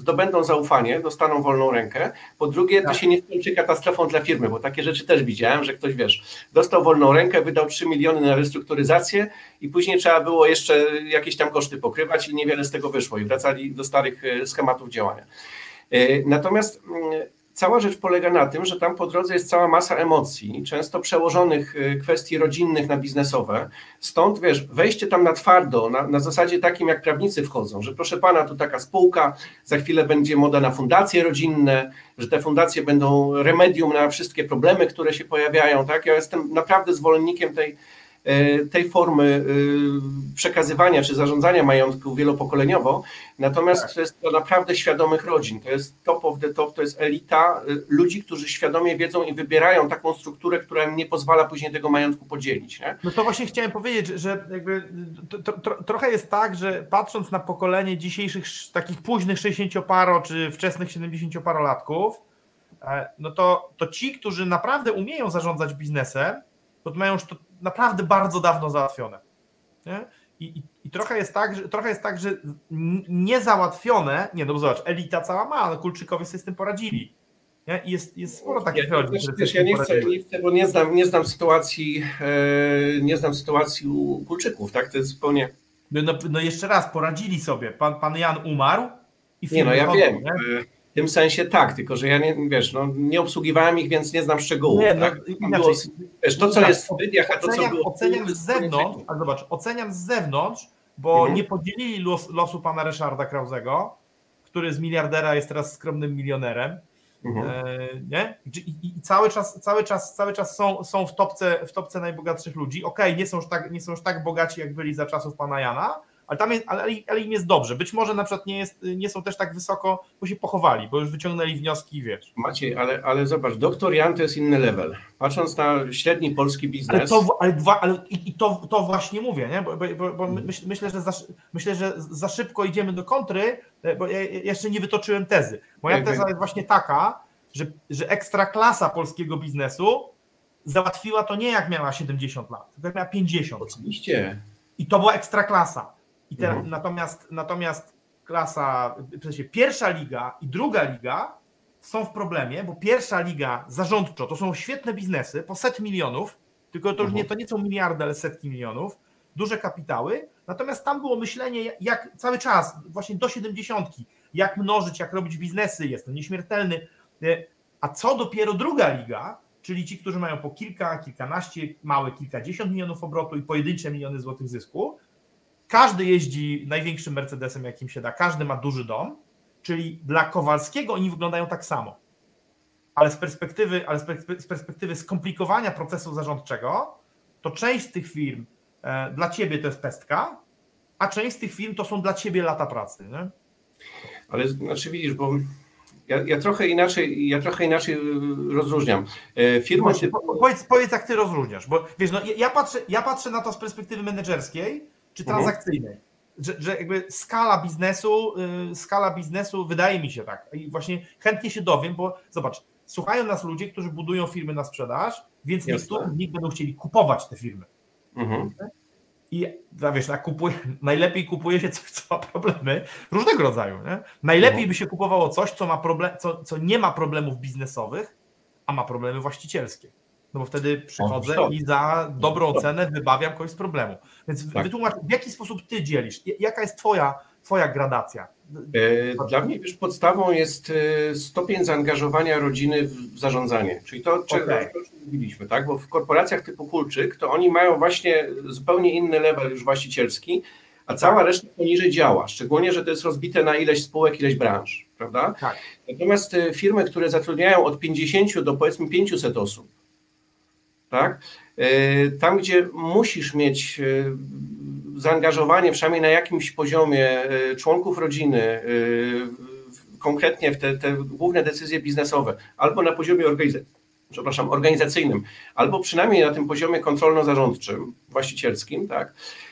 zdobędą zaufanie, dostaną wolną rękę. Po drugie, to się nie skończy katastrofą dla firmy, bo takie rzeczy też widziałem, że ktoś, dostał wolną rękę, wydał 3 miliony na restrukturyzację i później trzeba było jeszcze jakieś tam koszty pokrywać i niewiele z tego wyszło i wracali do starych schematów działania. Natomiast cała rzecz polega na tym, że tam po drodze jest cała masa emocji, często przełożonych kwestii rodzinnych na biznesowe. Stąd, wejście tam na twardo, na zasadzie takim, jak prawnicy wchodzą, że proszę pana, tu taka spółka, za chwilę będzie moda na fundacje rodzinne, że te fundacje będą remedium na wszystkie problemy, które się pojawiają. Tak? Ja jestem naprawdę zwolennikiem tej formy przekazywania czy zarządzania majątku wielopokoleniowo, natomiast to jest to naprawdę świadomych rodzin, to jest top of the top, to jest elita ludzi, którzy świadomie wiedzą i wybierają taką strukturę, która im nie pozwala później tego majątku podzielić. Nie? No to właśnie chciałem powiedzieć, że jakby trochę jest tak, że patrząc na pokolenie dzisiejszych takich późnych 60-paro czy wczesnych 70-parolatków, no to ci, którzy naprawdę umieją zarządzać biznesem, to mają już to naprawdę bardzo dawno załatwione. Nie? I trochę jest tak, że niezałatwione, no zobacz, elita cała ma, no Kulczykowie sobie z tym poradzili. Nie? I jest sporo takich rodzin, które ja nie chcę, bo nie znam sytuacji u Kulczyków, tak? To jest zupełnie... No jeszcze raz, poradzili sobie. Pan Jan umarł i firmy... Nie, no ja wiem. W tym sensie tak, tylko że ja nie obsługiwałem ich, więc nie znam szczegółów. Nie, tak? inaczej, to, co jest w mediach, a to, co było... Oceniam z zewnątrz, ale zobacz, oceniam z zewnątrz, bo nie podzielili losu pana Ryszarda Krauzego, który z miliardera jest teraz skromnym milionerem. Nie? I cały czas są w topce najbogatszych ludzi. Okej, nie są już tak bogaci, jak byli za czasów pana Jana, ale im jest dobrze. Być może na przykład nie są też tak wysoko, bo się pochowali, bo już wyciągnęli wnioski, wiesz. Maciej, ale zobacz, doktor Jan to jest inny level. Patrząc na średni polski biznes... To właśnie mówię, nie? Bo myślę, że za szybko idziemy do kontry, bo ja jeszcze nie wytoczyłem tezy. Moja teza jest właśnie taka, że ekstraklasa polskiego biznesu załatwiła to nie jak miała 70 lat, tylko jak miała 50. Oczywiście. I to była ekstraklasa. I teraz, natomiast klasa, w sensie pierwsza liga i druga liga są w problemie, bo pierwsza liga zarządczo to są świetne biznesy po 100 milionów, tylko to już nie są miliardy, ale setki milionów, duże kapitały, natomiast tam było myślenie jak cały czas, właśnie do 70, jak mnożyć, jak robić biznesy, jestem nieśmiertelny, a co dopiero druga liga, czyli ci, którzy mają po kilkanaście, małe kilkadziesiąt milionów obrotu i pojedyncze miliony złotych zysku. Każdy jeździ największym Mercedesem, jakim się da, każdy ma duży dom, czyli dla Kowalskiego oni wyglądają tak samo. Ale z perspektywy skomplikowania procesu zarządczego, to część z tych firm dla ciebie to jest pestka, a część z tych firm to są dla ciebie lata pracy. Nie? Ale znaczy widzisz, bo ja trochę inaczej rozróżniam. Firma Powiedz, jak ty rozróżniasz, bo wiesz, no, ja patrzę na to z perspektywy menedżerskiej czy transakcyjnej, że jakby skala biznesu wydaje mi się tak i właśnie chętnie się dowiem, bo zobacz, słuchają nas ludzie, którzy budują firmy na sprzedaż, więc niektórzy z nich będą chcieli kupować te firmy. I wiesz, najlepiej kupuje się coś, co ma problemy różnego rodzaju. Nie? Najlepiej by się kupowało coś, co nie ma problemów biznesowych, a ma problemy właścicielskie. No bo wtedy przychodzę i za dobrą cenę wybawiam kogoś z problemu. Więc wytłumacz, w jaki sposób ty dzielisz? Jaka jest twoja gradacja? Dla mnie wiesz, podstawą jest stopień zaangażowania rodziny w zarządzanie. Czyli to, czego mówiliśmy, tak? Bo w korporacjach typu Kulczyk to oni mają właśnie zupełnie inny level już właścicielski, a cała reszta poniżej działa. Szczególnie, że to jest rozbite na ileś spółek, ileś branż, prawda? Tak. Natomiast firmy, które zatrudniają od 50 do powiedzmy 500 osób, tak? Tam, gdzie musisz mieć zaangażowanie przynajmniej na jakimś poziomie członków rodziny, konkretnie w te główne decyzje biznesowe, albo na poziomie organizacyjnym, albo przynajmniej na tym poziomie kontrolno-zarządczym, właścicielskim, tak?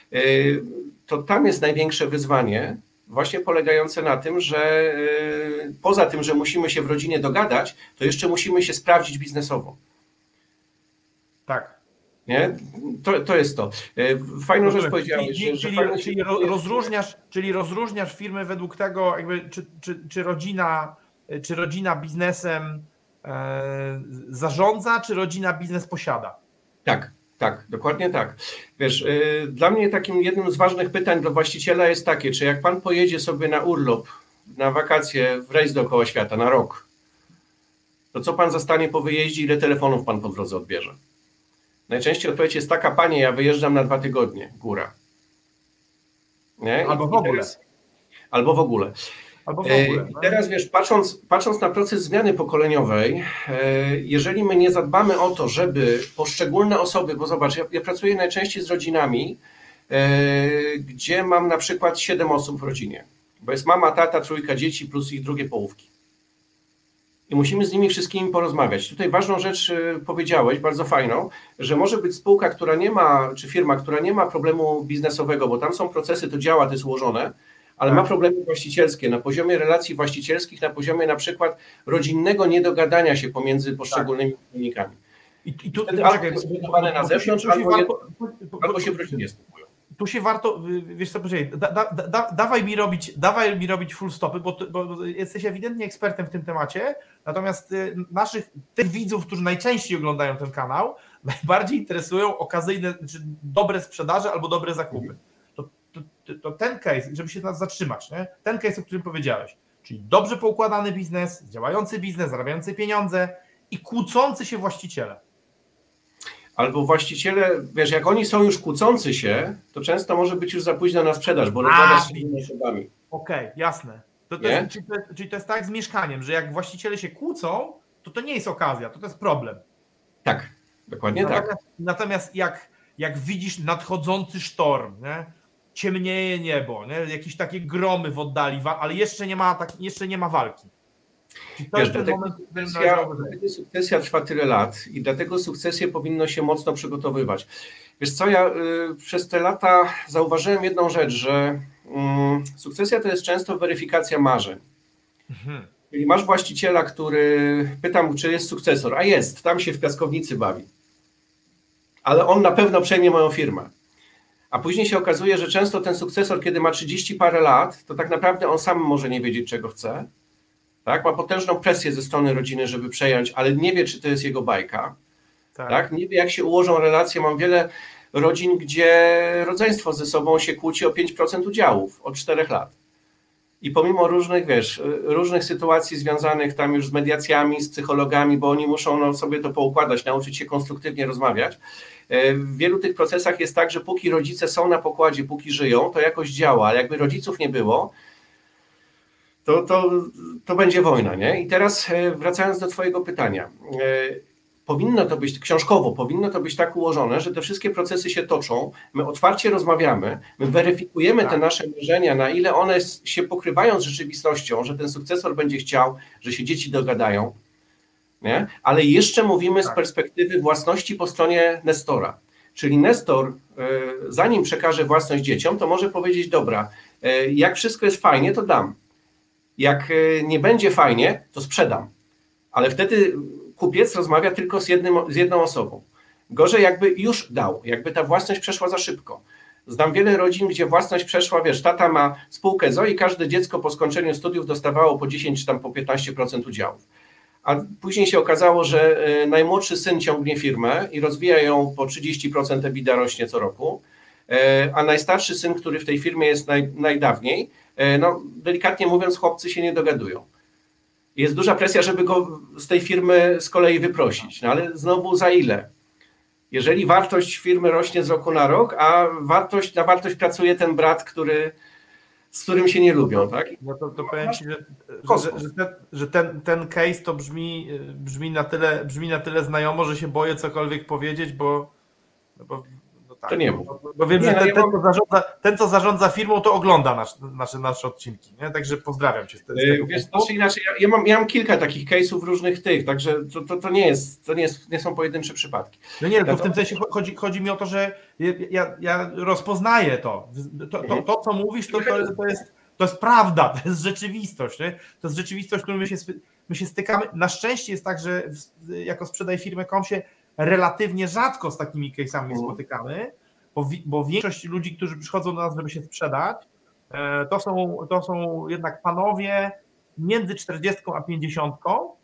To tam jest największe wyzwanie, właśnie polegające na tym, że poza tym, że musimy się w rodzinie dogadać, to jeszcze musimy się sprawdzić biznesowo. Tak. Nie? To jest to. Fajną rzecz powiedziałeś, czyli rozróżniasz firmy według tego, jakby, czy rodzina biznesem zarządza, czy rodzina biznes posiada. Tak, dokładnie tak. Wiesz, dla mnie takim jednym z ważnych pytań do właściciela jest takie, czy jak pan pojedzie sobie na urlop, na wakacje, w rejs dookoła świata na rok, to co pan zastanie po wyjeździe, ile telefonów pan po drodze odbierze? Najczęściej odpowiedź jest taka, panie, ja wyjeżdżam na 2 tygodnie, góra. Nie? Albo w ogóle. Albo w ogóle. I teraz wiesz, patrząc na proces zmiany pokoleniowej, jeżeli my nie zadbamy o to, żeby poszczególne osoby, bo zobacz, ja pracuję najczęściej z rodzinami, gdzie mam na przykład 7 osób w rodzinie, bo jest mama, tata, 3 dzieci plus ich drugie połówki. I musimy z nimi wszystkimi porozmawiać. Tutaj ważną rzecz powiedziałeś, bardzo fajną, że może być spółka, która nie ma, czy firma, która nie ma problemu biznesowego, bo tam są procesy, to działa, to jest ułożone, ale ma problemy właścicielskie, na poziomie relacji właścicielskich, na poziomie na przykład rodzinnego niedogadania się pomiędzy poszczególnymi wspólnikami. I tu albo zbudowane na zewnątrz, albo się w rodzinie skupują. Tu się warto, wiesz co, dawaj mi robić full stopy, bo jesteś ewidentnie ekspertem w tym temacie, natomiast tych widzów, którzy najczęściej oglądają ten kanał, najbardziej interesują okazyjne, czy dobre sprzedaże albo dobre zakupy. To ten case, żeby się nas zatrzymać, nie? Ten case, o którym powiedziałeś, czyli dobrze poukładany biznes, działający biznes, zarabiający pieniądze i kłócący się właściciele. Albo właściciele, wiesz, jak oni są już kłócący się, to często może być już za późno na sprzedaż, bo rozmawiasz z innymi osobami. Okej, jasne. Czyli to jest tak z mieszkaniem, że jak właściciele się kłócą, to nie jest okazja, to jest problem. Tak, dokładnie tak. Natomiast jak widzisz nadchodzący sztorm, nie? Ciemnieje niebo, nie? Jakieś takie gromy w oddali, ale jeszcze nie ma walki. Wiesz, dlatego sukcesja trwa tyle lat i dlatego sukcesję powinno się mocno przygotowywać. Wiesz co, ja przez te lata zauważyłem jedną rzecz, że sukcesja to jest często weryfikacja marzeń. Czyli masz właściciela, który pytam, czy jest sukcesor, a jest, tam się w piaskownicy bawi. Ale on na pewno przejmie moją firmę. A później się okazuje, że często ten sukcesor, kiedy ma 30 parę lat, to tak naprawdę on sam może nie wiedzieć, czego chce. Tak? Ma potężną presję ze strony rodziny, żeby przejąć, ale nie wie, czy to jest jego bajka. Tak? Nie wie, jak się ułożą relacje. Mam wiele rodzin, gdzie rodzeństwo ze sobą się kłóci o 5% udziałów od 4 lat. I pomimo różnych sytuacji związanych tam już z mediacjami, z psychologami, bo oni muszą sobie to poukładać, nauczyć się konstruktywnie rozmawiać. W wielu tych procesach jest tak, że póki rodzice są na pokładzie, póki żyją, to jakoś działa, ale jakby rodziców nie było, to będzie wojna, nie? I teraz wracając do twojego pytania. Powinno to być tak ułożone, że te wszystkie procesy się toczą, my otwarcie rozmawiamy, my weryfikujemy te nasze marzenia, na ile one się pokrywają z rzeczywistością, że ten sukcesor będzie chciał, że się dzieci dogadają, nie? Ale jeszcze mówimy z perspektywy własności po stronie nestora. Czyli nestor, zanim przekaże własność dzieciom, to może powiedzieć, dobra, jak wszystko jest fajnie, to dam. Jak nie będzie fajnie, to sprzedam. Ale wtedy kupiec rozmawia tylko z jedną osobą. Gorzej jakby już dał, jakby ta własność przeszła za szybko. Znam wiele rodzin, gdzie własność przeszła, wiesz, tata ma spółkę ZOO i każde dziecko po skończeniu studiów dostawało po 10 czy tam po 15% udziałów. A później się okazało, że najmłodszy syn ciągnie firmę i rozwija ją po 30% EBITDA rośnie co roku, a najstarszy syn, który w tej firmie jest najdawniej, no delikatnie mówiąc, chłopcy się nie dogadują. Jest duża presja, żeby go z tej firmy z kolei wyprosić, no ale znowu za ile? Jeżeli wartość firmy rośnie z roku na rok, a na wartość pracuje ten brat, z którym się nie lubią, tak? No to powiem ci, że ten case to brzmi na tyle znajomo, że się boję cokolwiek powiedzieć, bo tak. To nie mów. Bo wiem, że ten, co zarządza firmą, to ogląda nasze odcinki, nie? Także pozdrawiam cię. Wiesz, inaczej, ja mam kilka takich case'ów różnych także to nie są pojedyncze przypadki. No nie, to w tym sensie chodzi mi o to, że ja rozpoznaję to. To, co mówisz, to jest prawda, to jest rzeczywistość. Nie? To jest rzeczywistość, z którą my się stykamy. Na szczęście jest tak, że jako Sprzedaj Firmę.com się relatywnie rzadko z takimi case'ami spotykamy, bo większość ludzi, którzy przychodzą do nas, żeby się sprzedać, to są jednak panowie między 40 a 50,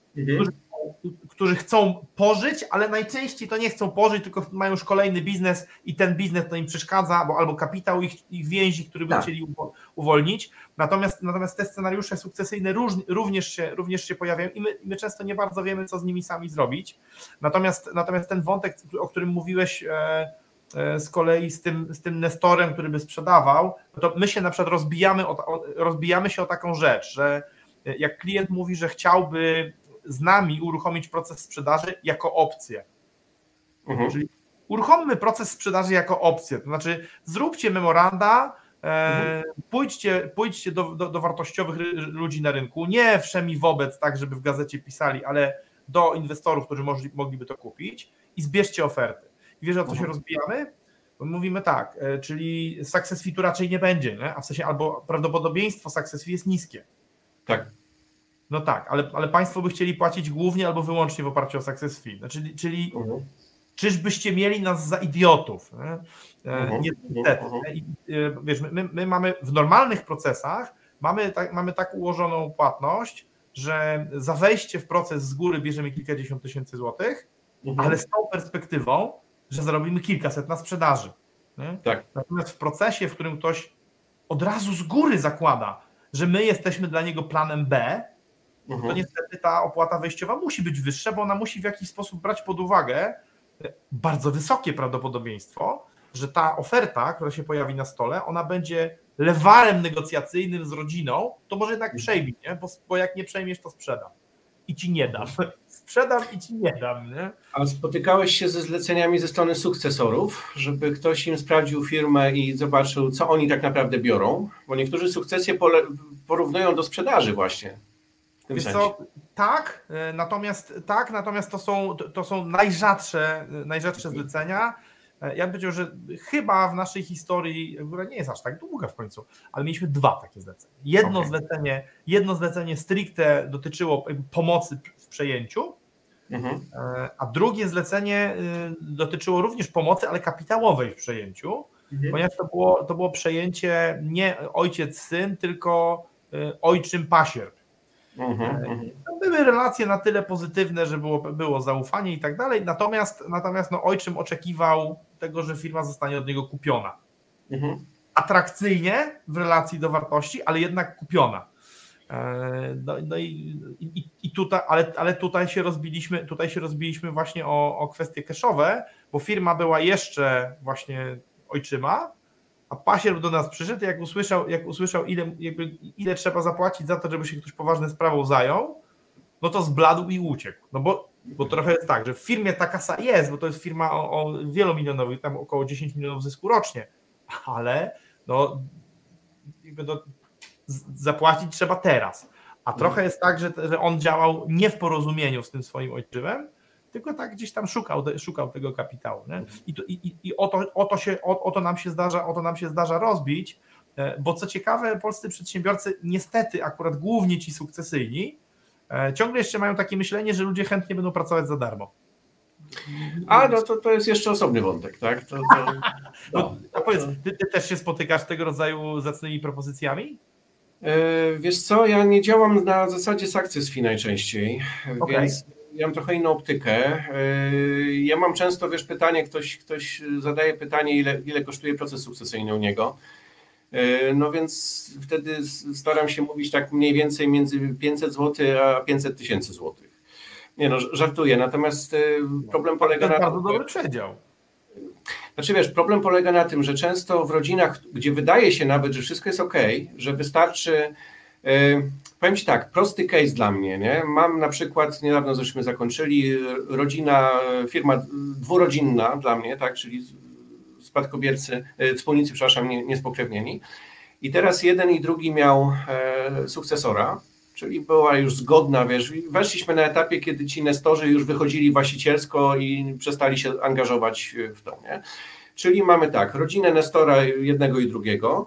którzy chcą pożyć, ale najczęściej to nie chcą pożyć, tylko mają już kolejny biznes i ten biznes to im przeszkadza, albo kapitał ich więzi, który by chcieli uwolnić. Natomiast te scenariusze sukcesyjne również się pojawiają i my często nie bardzo wiemy, co z nimi sami zrobić. Natomiast ten wątek, o którym mówiłeś z kolei z tym nestorem, który by sprzedawał, to my się na przykład rozbijamy się o taką rzecz, że jak klient mówi, że chciałby z nami uruchomić proces sprzedaży jako opcję. Czyli uruchommy proces sprzedaży jako opcję, to znaczy zróbcie memoranda, pójdźcie do wartościowych ludzi na rynku, nie wszemi wobec, tak żeby w gazecie pisali, ale do inwestorów, którzy mogliby to kupić i zbierzcie oferty. I wiesz, o co się rozbijamy? Mówimy tak, czyli success fee tu raczej nie będzie, nie? A w sensie albo prawdopodobieństwo success fee jest niskie. Tak. No tak, ale państwo by chcieli płacić głównie albo wyłącznie w oparciu o success fee. Znaczy, czyli czyżbyście mieli nas za idiotów? Niestety. Wiesz, my mamy w normalnych procesach mamy tak ułożoną płatność, że za wejście w proces z góry bierzemy kilkadziesiąt tysięcy złotych, ale z tą perspektywą, że zarobimy kilkaset na sprzedaży. Tak. Natomiast w procesie, w którym ktoś od razu z góry zakłada, że my jesteśmy dla niego planem B, to niestety ta opłata wejściowa musi być wyższa, bo ona musi w jakiś sposób brać pod uwagę bardzo wysokie prawdopodobieństwo, że ta oferta, która się pojawi na stole, ona będzie lewarem negocjacyjnym z rodziną, to może jednak przejmij, nie? Bo jak nie przejmiesz, to sprzedam. I ci nie dam. Sprzedam i ci nie dam. Nie? A spotykałeś się ze zleceniami ze strony sukcesorów, żeby ktoś im sprawdził firmę i zobaczył, co oni tak naprawdę biorą? Bo niektórzy sukcesje porównują do sprzedaży właśnie. Wiesz co, natomiast to są najrzadsze zlecenia. Ja bym powiedział, że chyba w naszej historii, która nie jest aż tak długa w końcu, ale mieliśmy 2 takie zlecenia. Jedno zlecenie stricte dotyczyło pomocy w przejęciu, a drugie zlecenie dotyczyło również pomocy, ale kapitałowej w przejęciu, ponieważ to było przejęcie nie ojciec-syn, tylko ojczym-pasierb. Były relacje na tyle pozytywne, że było zaufanie i tak dalej, natomiast ojczym oczekiwał tego, że firma zostanie od niego kupiona. Atrakcyjnie w relacji do wartości, ale jednak kupiona. Ale tutaj się rozbiliśmy właśnie o kwestie cashowe, bo firma była jeszcze właśnie ojczyma, a pasierb do nas przyszedł, jak usłyszał ile trzeba zapłacić za to, żeby się ktoś poważną sprawą zajął, no to zbladł i uciekł. No bo trochę jest tak, że w firmie ta kasa jest, bo to jest firma o wielomilionowych, tam około 10 milionów zysku rocznie, ale zapłacić trzeba teraz. A trochę jest tak, że on działał nie w porozumieniu z tym swoim ojczymem, tylko tak gdzieś tam szukał tego kapitału. Nie? I o to nam się zdarza rozbić, bo co ciekawe, polscy przedsiębiorcy niestety akurat głównie ci sukcesyjni ciągle jeszcze mają takie myślenie, że ludzie chętnie będą pracować za darmo. A no to jest jeszcze osobny wątek, tak? A powiedz, ty też się spotykasz z tego rodzaju zacnymi propozycjami? Wiesz co, ja nie działam na zasadzie success fee najczęściej, więc ja mam trochę inną optykę. Ja mam często, pytanie, ktoś zadaje pytanie, ile kosztuje proces sukcesyjny u niego. No więc wtedy staram się mówić tak mniej więcej między 500 zł a 500 tysięcy złotych. Nie no, żartuję, natomiast problem polega na tym... To jest bardzo dobry przedział. Znaczy problem polega na tym, że często w rodzinach, gdzie wydaje się nawet, że wszystko jest okej, że wystarczy... Powiem Ci tak, prosty case dla mnie, nie? Mam na przykład, niedawno żeśmy zakończyli, firma dwurodzinna dla mnie, tak, czyli spadkobiercy, wspólnicy, przepraszam, niespokrewnieni. I teraz jeden i drugi miał sukcesora, czyli była już zgodna, weszliśmy na etapie, kiedy ci nestorzy już wychodzili właścicielsko i przestali się angażować w to, nie? Czyli mamy tak, rodzinę nestora jednego i drugiego,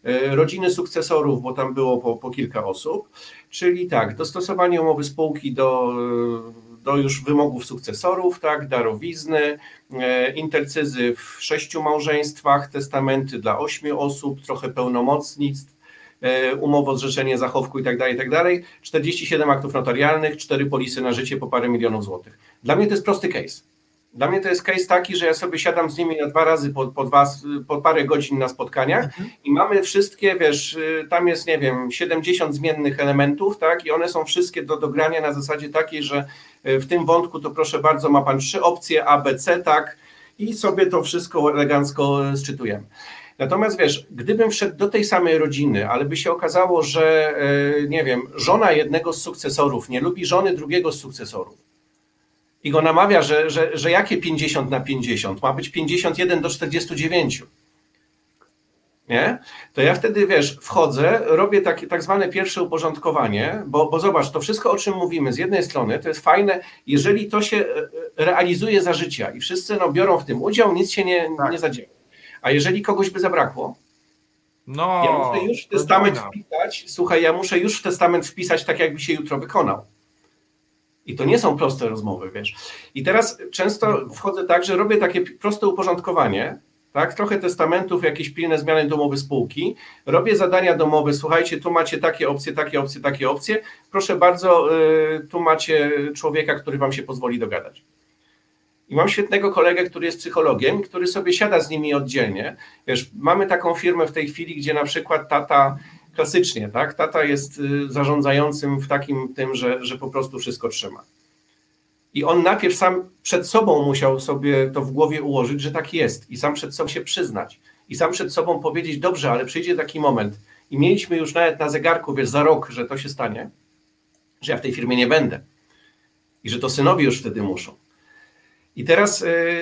rodziny sukcesorów, bo tam było po kilka osób, czyli tak, dostosowanie umowy spółki do już wymogów sukcesorów, tak, darowizny, intercyzy w 6 małżeństwach, testamenty dla 8 osób, trochę pełnomocnictw, umowozrzeczenie, zachowku i tak dalej, 47 aktów notarialnych, 4 polisy na życie po parę milionów złotych. Dla mnie to jest prosty case. Dla mnie to jest case taki, że ja sobie siadam z nimi na 2 razy po parę godzin na spotkaniach i mamy wszystkie, wiesz, tam jest, nie wiem, 70 zmiennych elementów, tak, i one są wszystkie do dogrania na zasadzie takiej, że w tym wątku to proszę bardzo, ma pan 3 opcje A, B, C, tak, i sobie to wszystko elegancko sczytujemy. Natomiast wiesz, gdybym wszedł do tej samej rodziny, ale by się okazało, że nie wiem, żona jednego z sukcesorów nie lubi żony drugiego z sukcesorów i go namawia, że jakie 50/50, ma być 51/49, nie? To ja wtedy, wiesz, wchodzę, robię takie tak zwane pierwsze uporządkowanie, bo zobacz, to wszystko, o czym mówimy, z jednej strony to jest fajne, jeżeli to się realizuje za życia i wszyscy biorą w tym udział, nic się nie zadzieje. A jeżeli kogoś by zabrakło, ja muszę już w testament wpisać, słuchaj, ja muszę już w testament wpisać tak, jakby się jutro wykonał. I to nie są proste rozmowy, wiesz. I teraz często wchodzę tak, że robię takie proste uporządkowanie, tak, trochę testamentów, jakieś pilne zmiany do umowy spółki, robię zadania domowe, słuchajcie, tu macie takie opcje, takie opcje, proszę bardzo, tu macie człowieka, który wam się pozwoli dogadać. I mam świetnego kolegę, który jest psychologiem, który sobie siada z nimi oddzielnie. Wiesz, mamy taką firmę w tej chwili, gdzie na przykład tata klasycznie, tak, tata jest zarządzającym w takim tym, że po prostu wszystko trzyma. I on najpierw sam przed sobą musiał sobie to w głowie ułożyć, że tak jest i sam przed sobą się przyznać i sam przed sobą powiedzieć, dobrze, ale przyjdzie taki moment i mieliśmy już nawet na zegarku, wiesz, za rok, że to się stanie, że ja w tej firmie nie będę i że to synowie już wtedy muszą. I teraz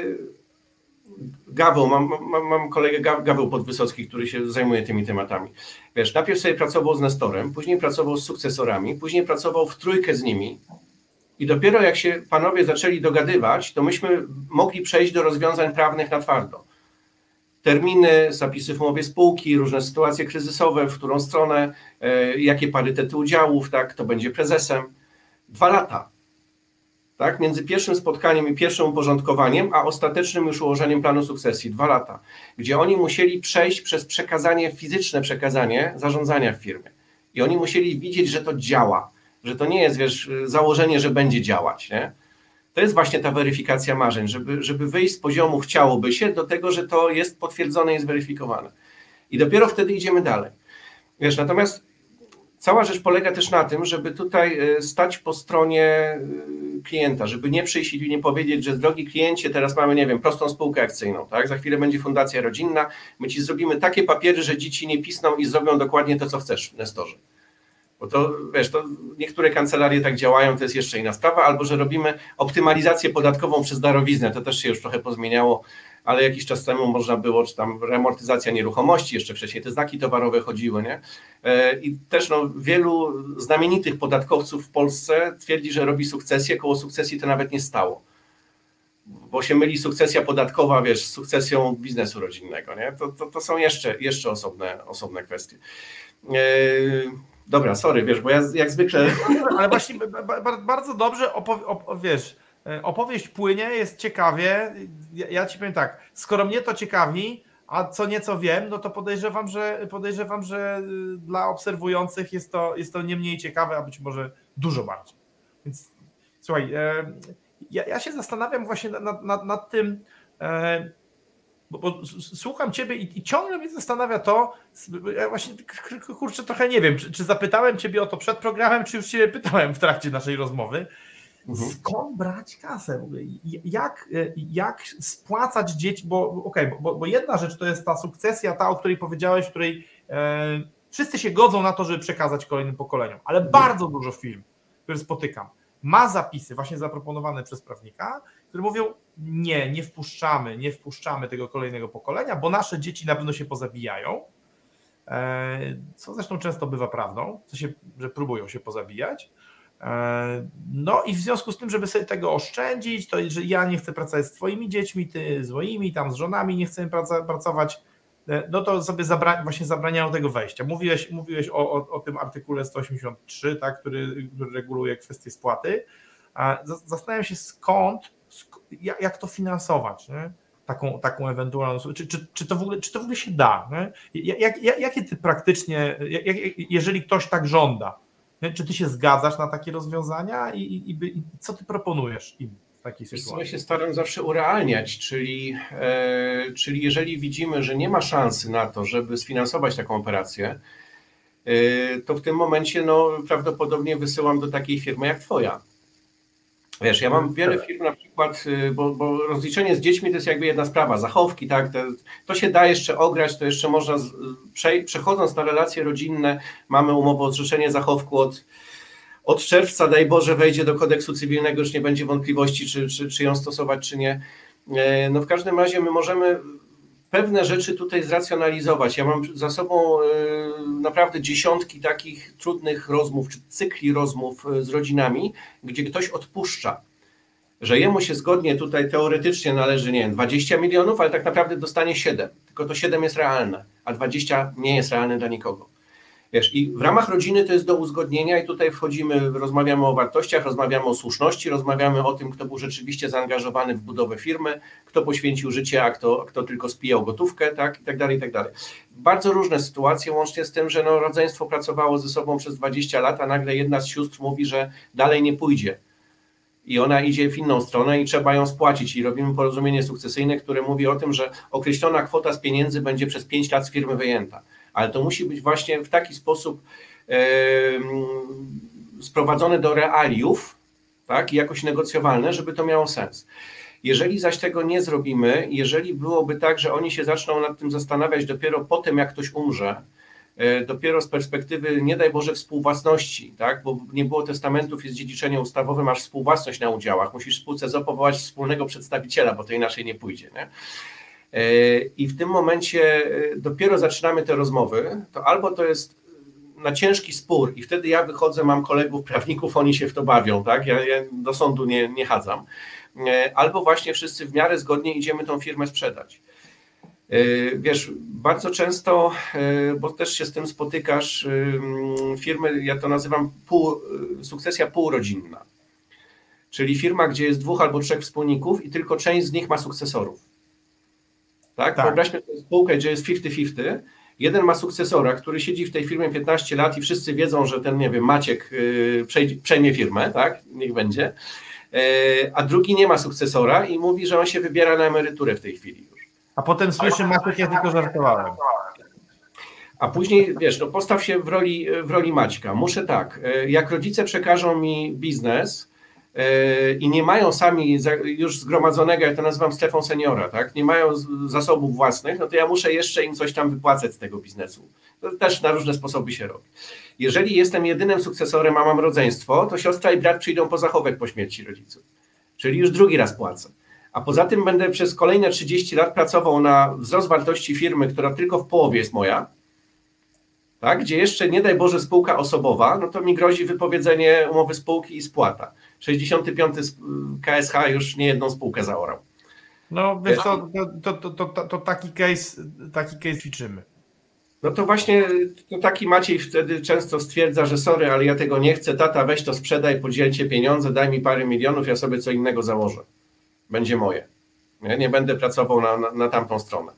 Gaweł, mam kolegę Gaweł Podwysocki, który się zajmuje tymi tematami. Wiesz, najpierw sobie pracował z Nestorem, później pracował z sukcesorami, później pracował w trójkę z nimi i dopiero jak się panowie zaczęli dogadywać, to myśmy mogli przejść do rozwiązań prawnych na twardo. Terminy, zapisy w umowie spółki, różne sytuacje kryzysowe, w którą stronę, jakie parytety udziałów, tak, kto będzie prezesem. 2 lata. Tak, między pierwszym spotkaniem i pierwszym uporządkowaniem, a ostatecznym już ułożeniem planu sukcesji, 2 lata, gdzie oni musieli przejść przez przekazanie, fizyczne przekazanie zarządzania w firmie. I oni musieli widzieć, że to działa, że to nie jest, wiesz, założenie, że będzie działać, nie? To jest właśnie ta weryfikacja marzeń, żeby wyjść z poziomu chciałoby się do tego, że to jest potwierdzone i zweryfikowane. I dopiero wtedy idziemy dalej. Wiesz, natomiast cała rzecz polega też na tym, żeby tutaj stać po stronie klienta, żeby nie przyjść i nie powiedzieć, że drogi kliencie, teraz mamy, nie wiem, prostą spółkę akcyjną, tak? Za chwilę będzie fundacja rodzinna, my ci zrobimy takie papiery, że dzieci nie pisną i zrobią dokładnie to, co chcesz w Nestorze. Bo to, wiesz, to niektóre kancelarie tak działają, to jest jeszcze inna sprawa, albo że robimy optymalizację podatkową przez darowiznę, to też się już trochę pozmieniało, ale jakiś czas temu można było, czy tam reamortyzacja nieruchomości, jeszcze wcześniej te znaki towarowe chodziły, nie? I też wielu znamienitych podatkowców w Polsce twierdzi, że robi sukcesję, koło sukcesji to nawet nie stało. Bo się myli sukcesja podatkowa, wiesz, z sukcesją biznesu rodzinnego, nie? To są jeszcze osobne kwestie. Dobra, sorry, wiesz, bo ja jak zwykle... Ale właśnie bardzo dobrze, wiesz, opowieść płynie, jest ciekawie. Ja ci powiem tak, skoro mnie to ciekawi, a co nieco wiem, no to podejrzewam, że dla obserwujących jest to nie mniej ciekawe, a być może dużo bardziej. Więc słuchaj, ja się zastanawiam właśnie nad tym, bo słucham ciebie i ciągle mnie zastanawia to, ja właśnie, kurczę, trochę nie wiem, czy zapytałem ciebie o to przed programem, czy już cię pytałem w trakcie naszej rozmowy. Skąd brać kasę? Jak spłacać dzieci? Bo jedna rzecz to jest ta sukcesja, ta, o której powiedziałeś, w której wszyscy się godzą na to, żeby przekazać kolejnym pokoleniom, ale bardzo dużo firm, które spotykam, ma zapisy właśnie zaproponowane przez prawnika, które mówią, nie wpuszczamy tego kolejnego pokolenia, bo nasze dzieci na pewno się pozabijają, co zresztą często bywa prawdą, że próbują się pozabijać. No i w związku z tym, żeby sobie tego oszczędzić, to że ja nie chcę pracować z twoimi dziećmi, ty z moimi, tam z żonami nie chcemy pracować, no to sobie właśnie zabraniają tego wejścia. Mówiłeś o tym artykule 183, tak, który reguluje kwestię spłaty. Zastanawiam się jak to finansować, nie? Taką ewentualną, czy to w ogóle się da? Nie? Jakie ty praktycznie, jeżeli ktoś tak żąda, nie? Czy ty się zgadzasz na takie rozwiązania i co ty proponujesz im w takiej sytuacji? Ja się staram zawsze urealniać, czyli jeżeli widzimy, że nie ma szansy na to, żeby sfinansować taką operację, to w tym momencie prawdopodobnie wysyłam do takiej firmy jak twoja. Wiesz, ja mam wiele firm na przykład, bo rozliczenie z dziećmi to jest jakby jedna sprawa, zachowki, tak, to się da jeszcze ograć, to jeszcze można, przechodząc na relacje rodzinne, mamy umowę o zrzeczenie zachowku od czerwca, daj Boże, wejdzie do kodeksu cywilnego, już nie będzie wątpliwości, czy ją stosować, czy nie. No w każdym razie my możemy pewne rzeczy tutaj zracjonalizować. Ja mam za sobą naprawdę dziesiątki takich trudnych rozmów, czy cykli rozmów z rodzinami, gdzie ktoś odpuszcza, że jemu się zgodnie tutaj teoretycznie należy, nie wiem, 20 milionów, ale tak naprawdę dostanie 7. Tylko to 7 jest realne, a 20 nie jest realne dla nikogo. Wiesz, i w ramach rodziny to jest do uzgodnienia i tutaj wchodzimy, rozmawiamy o wartościach, rozmawiamy o słuszności, rozmawiamy o tym, kto był rzeczywiście zaangażowany w budowę firmy, kto poświęcił życie, a kto tylko spijał gotówkę, tak, i tak dalej, i tak dalej. Bardzo różne sytuacje, łącznie z tym, że rodzeństwo pracowało ze sobą przez 20 lat, a nagle jedna z sióstr mówi, że dalej nie pójdzie. I ona idzie w inną stronę i trzeba ją spłacić. I robimy porozumienie sukcesyjne, które mówi o tym, że określona kwota z pieniędzy będzie przez 5 lat z firmy wyjęta. Ale to musi być właśnie w taki sposób sprowadzone do realiów, tak, i jakoś negocjowalne, żeby to miało sens. Jeżeli zaś tego nie zrobimy, jeżeli byłoby tak, że oni się zaczną nad tym zastanawiać dopiero po tym, jak ktoś umrze, dopiero z perspektywy, nie daj Boże, współwłasności, tak, bo nie było testamentów, jest dziedziczenie ustawowe, masz współwłasność na udziałach, musisz w spółce ZOO powołać wspólnego przedstawiciela, bo to inaczej nie pójdzie, nie? I w tym momencie dopiero zaczynamy te rozmowy, to albo to jest na ciężki spór i wtedy ja wychodzę, mam kolegów prawników, oni się w to bawią, tak? Ja do sądu nie chadzam. Albo właśnie wszyscy w miarę zgodnie idziemy tą firmę sprzedać. Wiesz, bardzo często, bo też się z tym spotykasz, firmy, ja to nazywam sukcesja półrodzinna, czyli firma, gdzie jest 2 albo 3 wspólników i tylko część z nich ma sukcesorów. Tak? Wyobraźmy sobie spółkę, gdzie jest 50-50. Jeden ma sukcesora, który siedzi w tej firmie 15 lat i wszyscy wiedzą, że ten, nie wiem, Maciek przejmie firmę, tak? Niech będzie. A drugi nie ma sukcesora i mówi, że on się wybiera na emeryturę w tej chwili już. A potem słyszy, Maciek, ja tylko żartowałem. A później, wiesz, postaw się w roli Maćka. Muszę tak, jak rodzice przekażą mi biznes, i nie mają sami już zgromadzonego, ja to nazywam strefą seniora, tak? Nie mają zasobów własnych, no to ja muszę jeszcze im coś tam wypłacać z tego biznesu. To też na różne sposoby się robi. Jeżeli jestem jedynym sukcesorem, a mam rodzeństwo, to siostra i brat przyjdą po zachowek po śmierci rodziców. Czyli już drugi raz płacę. A poza tym będę przez kolejne 30 lat pracował na wzrost wartości firmy, która tylko w połowie jest moja, tak? Gdzie jeszcze, nie daj Boże, spółka osobowa, no to mi grozi wypowiedzenie umowy spółki i spłata. 65 KSH już nie jedną spółkę zaorał. No wiesz, to taki case liczymy. No to właśnie to taki Maciej wtedy często stwierdza, że sorry, ale ja tego nie chcę, tata, weź to sprzedaj, podzielcie pieniądze, daj mi parę milionów, ja sobie co innego założę. Będzie moje. Nie będę pracował na tamtą stronę.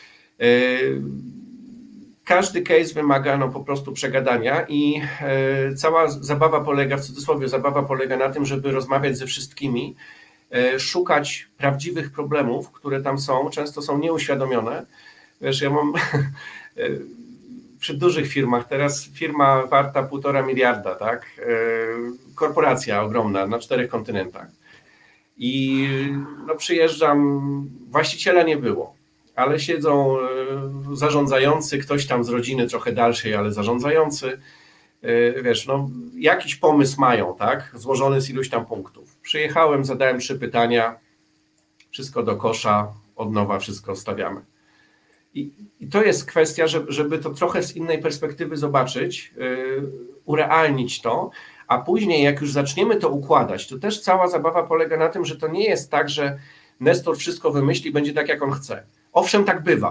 Każdy case wymaga po prostu przegadania i cała zabawa polega, w cudzysłowie, zabawa polega na tym, żeby rozmawiać ze wszystkimi, szukać prawdziwych problemów, które tam są, często są nieuświadomione. Wiesz, ja mam przy dużych firmach, teraz firma warta 1,5 miliarda, tak? Korporacja ogromna na 4 kontynentach. I przyjeżdżam, właściciela nie było. Ale siedzą zarządzający, ktoś tam z rodziny trochę dalszej, ale zarządzający, wiesz, jakiś pomysł mają, tak, złożony z iluś tam punktów. Przyjechałem, zadałem 3 pytania, wszystko do kosza, od nowa wszystko stawiamy. I to jest kwestia, żeby to trochę z innej perspektywy zobaczyć, urealnić to, a później jak już zaczniemy to układać, to też cała zabawa polega na tym, że to nie jest tak, że Nestor wszystko wymyśli, będzie tak, jak on chce. Owszem, tak bywa,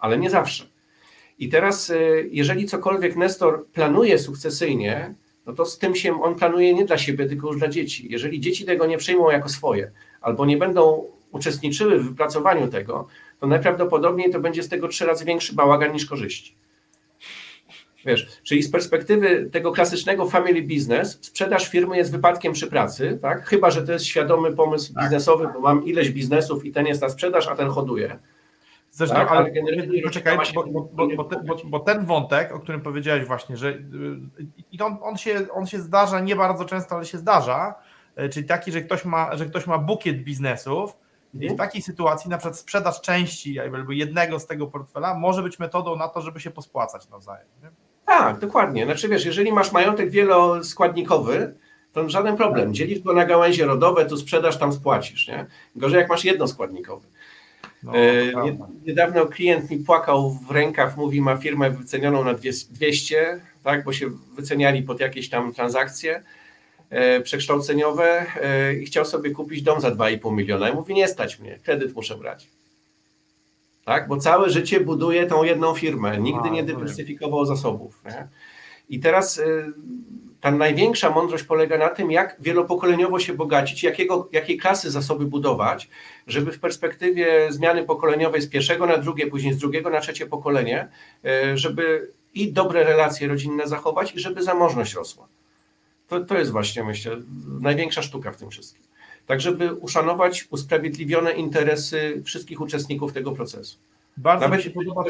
ale nie zawsze. I teraz, jeżeli cokolwiek Nestor planuje sukcesyjnie, no to z tym się on planuje nie dla siebie, tylko już dla dzieci. Jeżeli dzieci tego nie przyjmą jako swoje, albo nie będą uczestniczyły w wypracowaniu tego, to najprawdopodobniej to będzie z tego 3 razy większy bałagan niż korzyści. Wiesz, czyli z perspektywy tego klasycznego family business sprzedaż firmy jest wypadkiem przy pracy, tak? Chyba że to jest świadomy pomysł biznesowy, bo mam ileś biznesów i ten jest na sprzedaż, a ten hoduje. Zresztą, tak? ale poczekaj, bo ten wątek, o którym powiedziałeś właśnie, że i on się zdarza nie bardzo często, ale się zdarza, czyli taki, że ktoś ma bukiet biznesów i w takiej sytuacji na przykład sprzedaż części albo jednego z tego portfela może być metodą na to, żeby się pospłacać nawzajem. Nie? Tak, dokładnie. Znaczy wiesz, jeżeli masz majątek wieloskładnikowy, to żaden problem. Dzielisz go na gałęzie rodowe, tu sprzedasz, tam spłacisz. Nie? Gorzej jak masz jednoskładnikowy. No, niedawno klient mi płakał w rękaw, mówi, ma firmę wycenioną na 200, tak, bo się wyceniali pod jakieś tam transakcje przekształceniowe i chciał sobie kupić dom za 2,5 miliona. I mówi, nie stać mnie, kredyt muszę brać. Tak, bo całe życie buduje tą jedną firmę, nigdy nie dywersyfikował zasobów. Nie? I teraz ta największa mądrość polega na tym, jak wielopokoleniowo się bogacić, jakiej klasy zasoby budować, żeby w perspektywie zmiany pokoleniowej z pierwszego na drugie, później z drugiego na trzecie pokolenie, żeby i dobre relacje rodzinne zachować i żeby zamożność rosła. To jest właśnie, myślę, największa sztuka w tym wszystkim. Tak, żeby uszanować usprawiedliwione interesy wszystkich uczestników tego procesu. Bardzo mi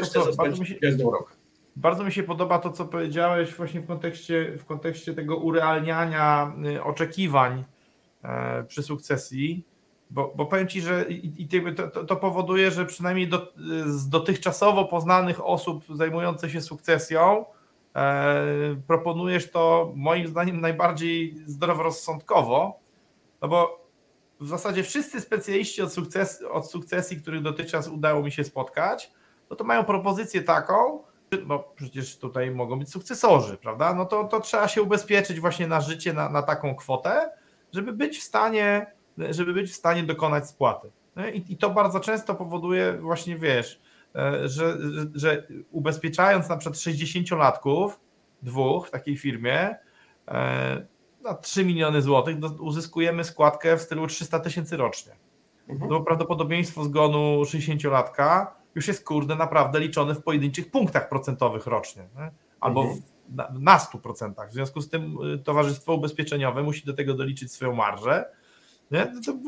się podoba to, co powiedziałeś właśnie w kontekście tego urealniania oczekiwań przy sukcesji, bo powiem Ci, że to powoduje, że przynajmniej z dotychczasowo poznanych osób zajmujących się sukcesją proponujesz to moim zdaniem najbardziej zdroworozsądkowo, no bo w zasadzie wszyscy specjaliści od sukcesji, których dotychczas udało mi się spotkać, no to mają propozycję taką, bo przecież tutaj mogą być sukcesorzy, prawda? No to trzeba się ubezpieczyć właśnie na życie na taką kwotę, żeby być w stanie dokonać spłaty. I to bardzo często powoduje właśnie, wiesz, że ubezpieczając na przykład 60-latków, dwóch w takiej firmie, na 3 miliony złotych uzyskujemy składkę w stylu 300 000 rocznie. To prawdopodobieństwo zgonu 60-latka już jest naprawdę liczone w pojedynczych punktach procentowych rocznie, nie? Albo na 100%. W związku z tym towarzystwo ubezpieczeniowe musi do tego doliczyć swoją marżę. Nie?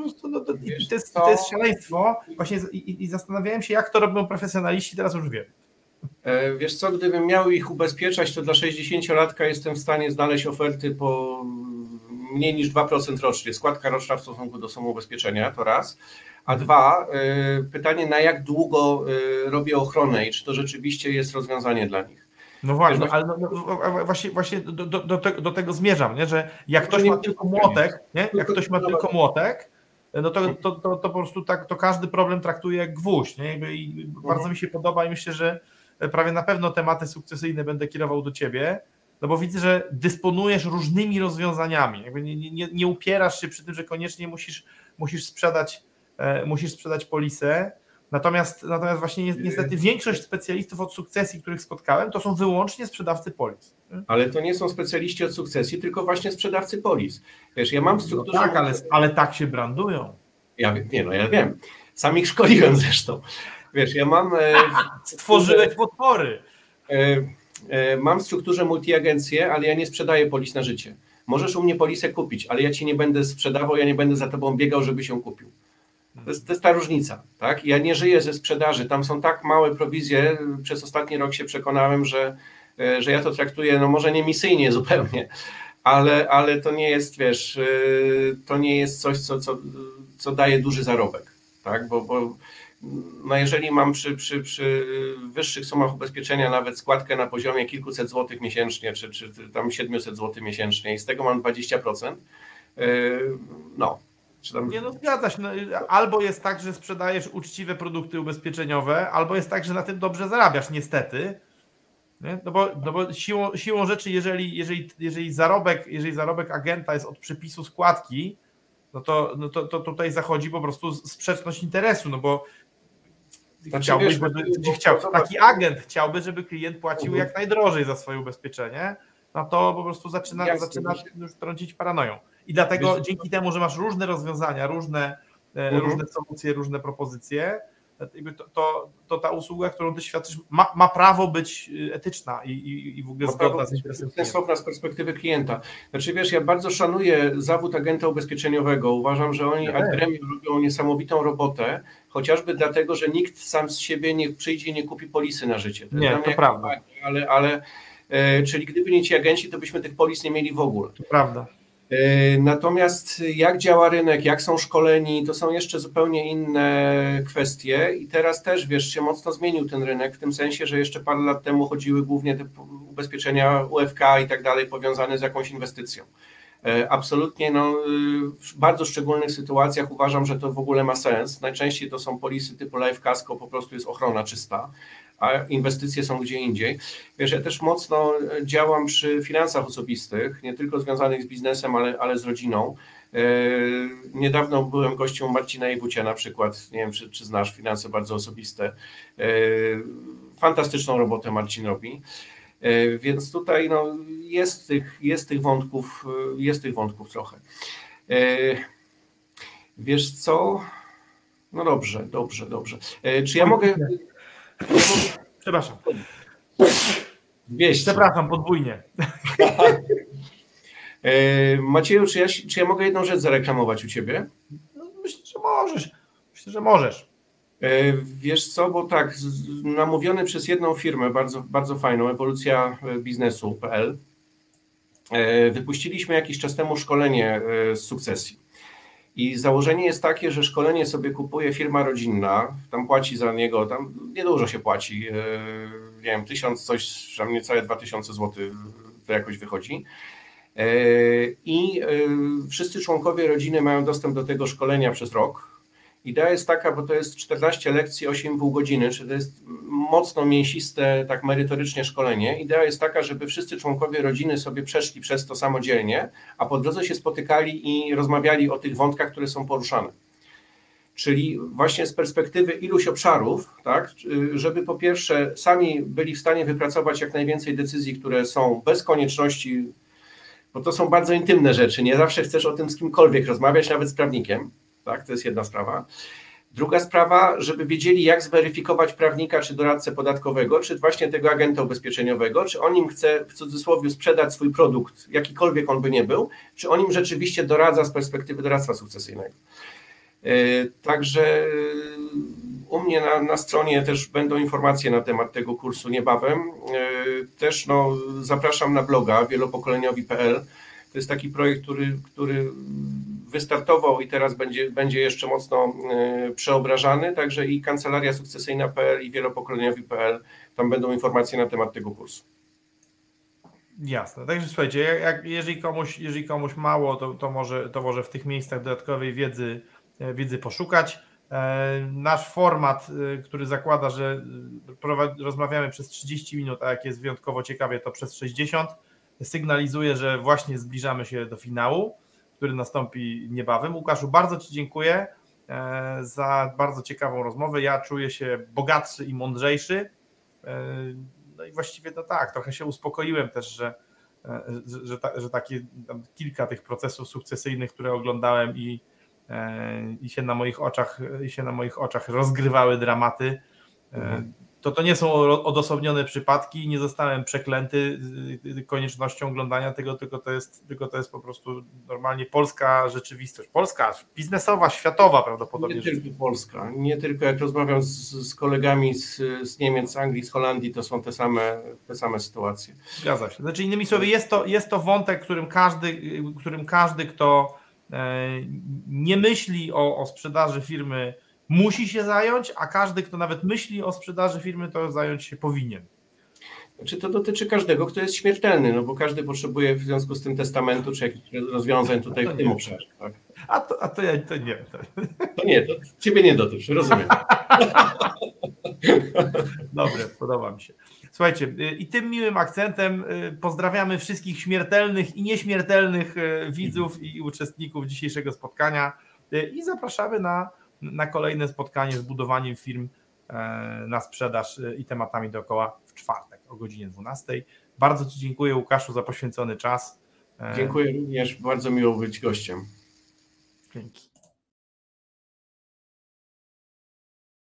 To jest szaleństwo. Właśnie i zastanawiałem się, jak to robią profesjonaliści, teraz już wiem. Wiesz co, gdybym miał ich ubezpieczać, to dla 60-latka jestem w stanie znaleźć oferty po mniej niż 2% rocznie. Składka roczna w stosunku do sumy ubezpieczenia, to raz. A dwa, pytanie, na jak długo robię ochronę i czy to rzeczywiście jest rozwiązanie dla nich. No właśnie, ale właśnie do tego zmierzam, nie? Że jak ktoś ma tylko młotek, nie? Jak ktoś ma tylko młotek, no to po prostu tak, to każdy problem traktuje jak gwóźdź, nie? I bardzo mi się podoba i myślę, że prawie na pewno tematy sukcesyjne będę kierował do Ciebie, no bo widzę, że dysponujesz różnymi rozwiązaniami, jakby nie upierasz się przy tym, że koniecznie musisz sprzedać polisę. Natomiast właśnie niestety większość specjalistów od sukcesji, których spotkałem, to są wyłącznie sprzedawcy polis. Ale to nie są specjaliści od sukcesji, tylko właśnie sprzedawcy polis. Wiesz, ja mam w strukturze... No tak, ale tak się brandują. Ja wiem. Sam ich szkoliłem zresztą. Wiesz, ja mam... Stworzyłeś potwory. Mam w strukturze multiagencję, ale ja nie sprzedaję polis na życie. Możesz u mnie polisę kupić, ale ja ci nie będę sprzedawał, ja nie będę za tobą biegał, żebyś ją kupił. To jest ta różnica, tak? Ja nie żyję ze sprzedaży, tam są tak małe prowizje, przez ostatni rok się przekonałem, że ja to traktuję, no może nie misyjnie zupełnie, ale to nie jest, wiesz, to nie jest coś, co daje duży zarobek, tak? Bo no jeżeli mam przy wyższych sumach ubezpieczenia nawet składkę na poziomie kilkuset złotych miesięcznie, czy tam 700 zł miesięcznie i z tego mam 20%, no. Nie, no zgadza się. No, albo jest tak, że sprzedajesz uczciwe produkty ubezpieczeniowe, albo jest tak, że na tym dobrze zarabiasz, niestety. Nie? No bo siłą rzeczy, jeżeli zarobek agenta jest od przypisu składki, no to tutaj zachodzi po prostu sprzeczność interesu, no bo taki agent chciałby, żeby klient płacił jak najdrożej za swoje ubezpieczenie, no to po prostu zaczyna już trącić paranoją. I dlatego dzięki temu, że masz różne rozwiązania, różne solucje, różne propozycje, to ta usługa, którą ty świadczysz, ma prawo być etyczna i w ogóle zgodna z interesem klienta. Sensowna z perspektywy klienta. Znaczy wiesz, ja bardzo szanuję zawód agenta ubezpieczeniowego. Uważam, że oni ad gremium robią niesamowitą robotę, chociażby dlatego, że nikt sam z siebie nie przyjdzie i nie kupi polisy na życie. To prawda. Czyli gdyby nie ci agenci, to byśmy tych polis nie mieli w ogóle. To prawda. Natomiast jak działa rynek, jak są szkoleni, to są jeszcze zupełnie inne kwestie i teraz też, wiesz, się mocno zmienił ten rynek w tym sensie, że jeszcze parę lat temu chodziły głównie te ubezpieczenia UFK i tak dalej powiązane z jakąś inwestycją. Absolutnie, w bardzo szczególnych sytuacjach uważam, że to w ogóle ma sens. Najczęściej to są polisy typu Life Casco, po prostu jest ochrona czysta, a inwestycje są gdzie indziej. Wiesz, ja też mocno działam przy finansach osobistych, nie tylko związanych z biznesem, ale z rodziną. Niedawno byłem gościem Marcina Ibucia na przykład, nie wiem, czy znasz, finanse bardzo osobiste. Fantastyczną robotę Marcin robi. Więc tutaj jest tych wątków trochę. Wiesz co? No dobrze. Czy ja mogę... Przepraszam. 200. Przepraszam, podwójnie. Macieju, czy ja mogę jedną rzecz zareklamować u Ciebie? Myślę, że możesz. Wiesz co, bo tak, namówiony przez jedną firmę, bardzo, bardzo fajną, ewolucjabiznesu.pl, wypuściliśmy jakiś czas temu szkolenie z sukcesji. I założenie jest takie, że szkolenie sobie kupuje firma rodzinna, tam płaci za niego, tam niedużo się płaci, nie wiem, 1000 coś, tam niecałe 2000 zł to jakoś wychodzi. I wszyscy członkowie rodziny mają dostęp do tego szkolenia przez rok. Idea jest taka, bo to jest 14 lekcji, 8,5 godziny, czyli to jest mocno mięsiste, tak merytorycznie szkolenie. Idea jest taka, żeby wszyscy członkowie rodziny sobie przeszli przez to samodzielnie, a po drodze się spotykali i rozmawiali o tych wątkach, które są poruszane. Czyli właśnie z perspektywy iluś obszarów, tak, żeby po pierwsze sami byli w stanie wypracować jak najwięcej decyzji, które są bez konieczności, bo to są bardzo intymne rzeczy, nie zawsze chcesz o tym z kimkolwiek rozmawiać, nawet z prawnikiem. Tak, to jest jedna sprawa. Druga sprawa, żeby wiedzieli, jak zweryfikować prawnika, czy doradcę podatkowego, czy właśnie tego agenta ubezpieczeniowego, czy on im chce w cudzysłowie sprzedać swój produkt, jakikolwiek on by nie był, czy on im rzeczywiście doradza z perspektywy doradztwa sukcesyjnego. Także u mnie na stronie też będą informacje na temat tego kursu niebawem. Też zapraszam na bloga wielopokoleniowi.pl. To jest taki projekt, który wystartował i teraz będzie jeszcze mocno przeobrażany, także i kancelaria sukcesyjna.pl i wielopokoleniowi.pl, tam będą informacje na temat tego kursu. Jasne, także słuchajcie, jeżeli komuś mało, to może w tych miejscach dodatkowej wiedzy poszukać. Nasz format, który zakłada, że rozmawiamy przez 30 minut, a jak jest wyjątkowo ciekawie, to przez 60, sygnalizuje, że właśnie zbliżamy się do finału, który nastąpi niebawem. Łukaszu, bardzo Ci dziękuję za bardzo ciekawą rozmowę. Ja czuję się bogatszy i mądrzejszy. No i właściwie to tak, trochę się uspokoiłem też, że takie kilka tych procesów sukcesyjnych, które oglądałem i się na moich oczach rozgrywały dramaty, to nie są odosobnione przypadki, nie zostałem przeklęty koniecznością oglądania tego, tylko to jest po prostu normalnie polska rzeczywistość. Polska, biznesowa, światowa prawdopodobnie. Nie tylko polska, nie tylko jak rozmawiam z kolegami z Niemiec, z Anglii, z Holandii, to są te same sytuacje. Zgadza się. Znaczy innymi słowy, jest to wątek, którym każdy, kto nie myśli o sprzedaży firmy, musi się zająć, a każdy, kto nawet myśli o sprzedaży firmy, to zająć się powinien. Czy to dotyczy każdego, kto jest śmiertelny, bo każdy potrzebuje w związku z tym testamentu, czy jakichś rozwiązań tutaj w tym obszarze. Tak? To nie. To nie, to Ciebie nie dotyczy, rozumiem. Dobre, podoba mi się. Słuchajcie, i tym miłym akcentem pozdrawiamy wszystkich śmiertelnych i nieśmiertelnych widzów i uczestników dzisiejszego spotkania i zapraszamy na kolejne spotkanie z budowaniem firm na sprzedaż i tematami dookoła w czwartek o godzinie 12. Bardzo Ci dziękuję, Łukaszu, za poświęcony czas. Dziękuję również, bardzo miło być gościem. Dzięki.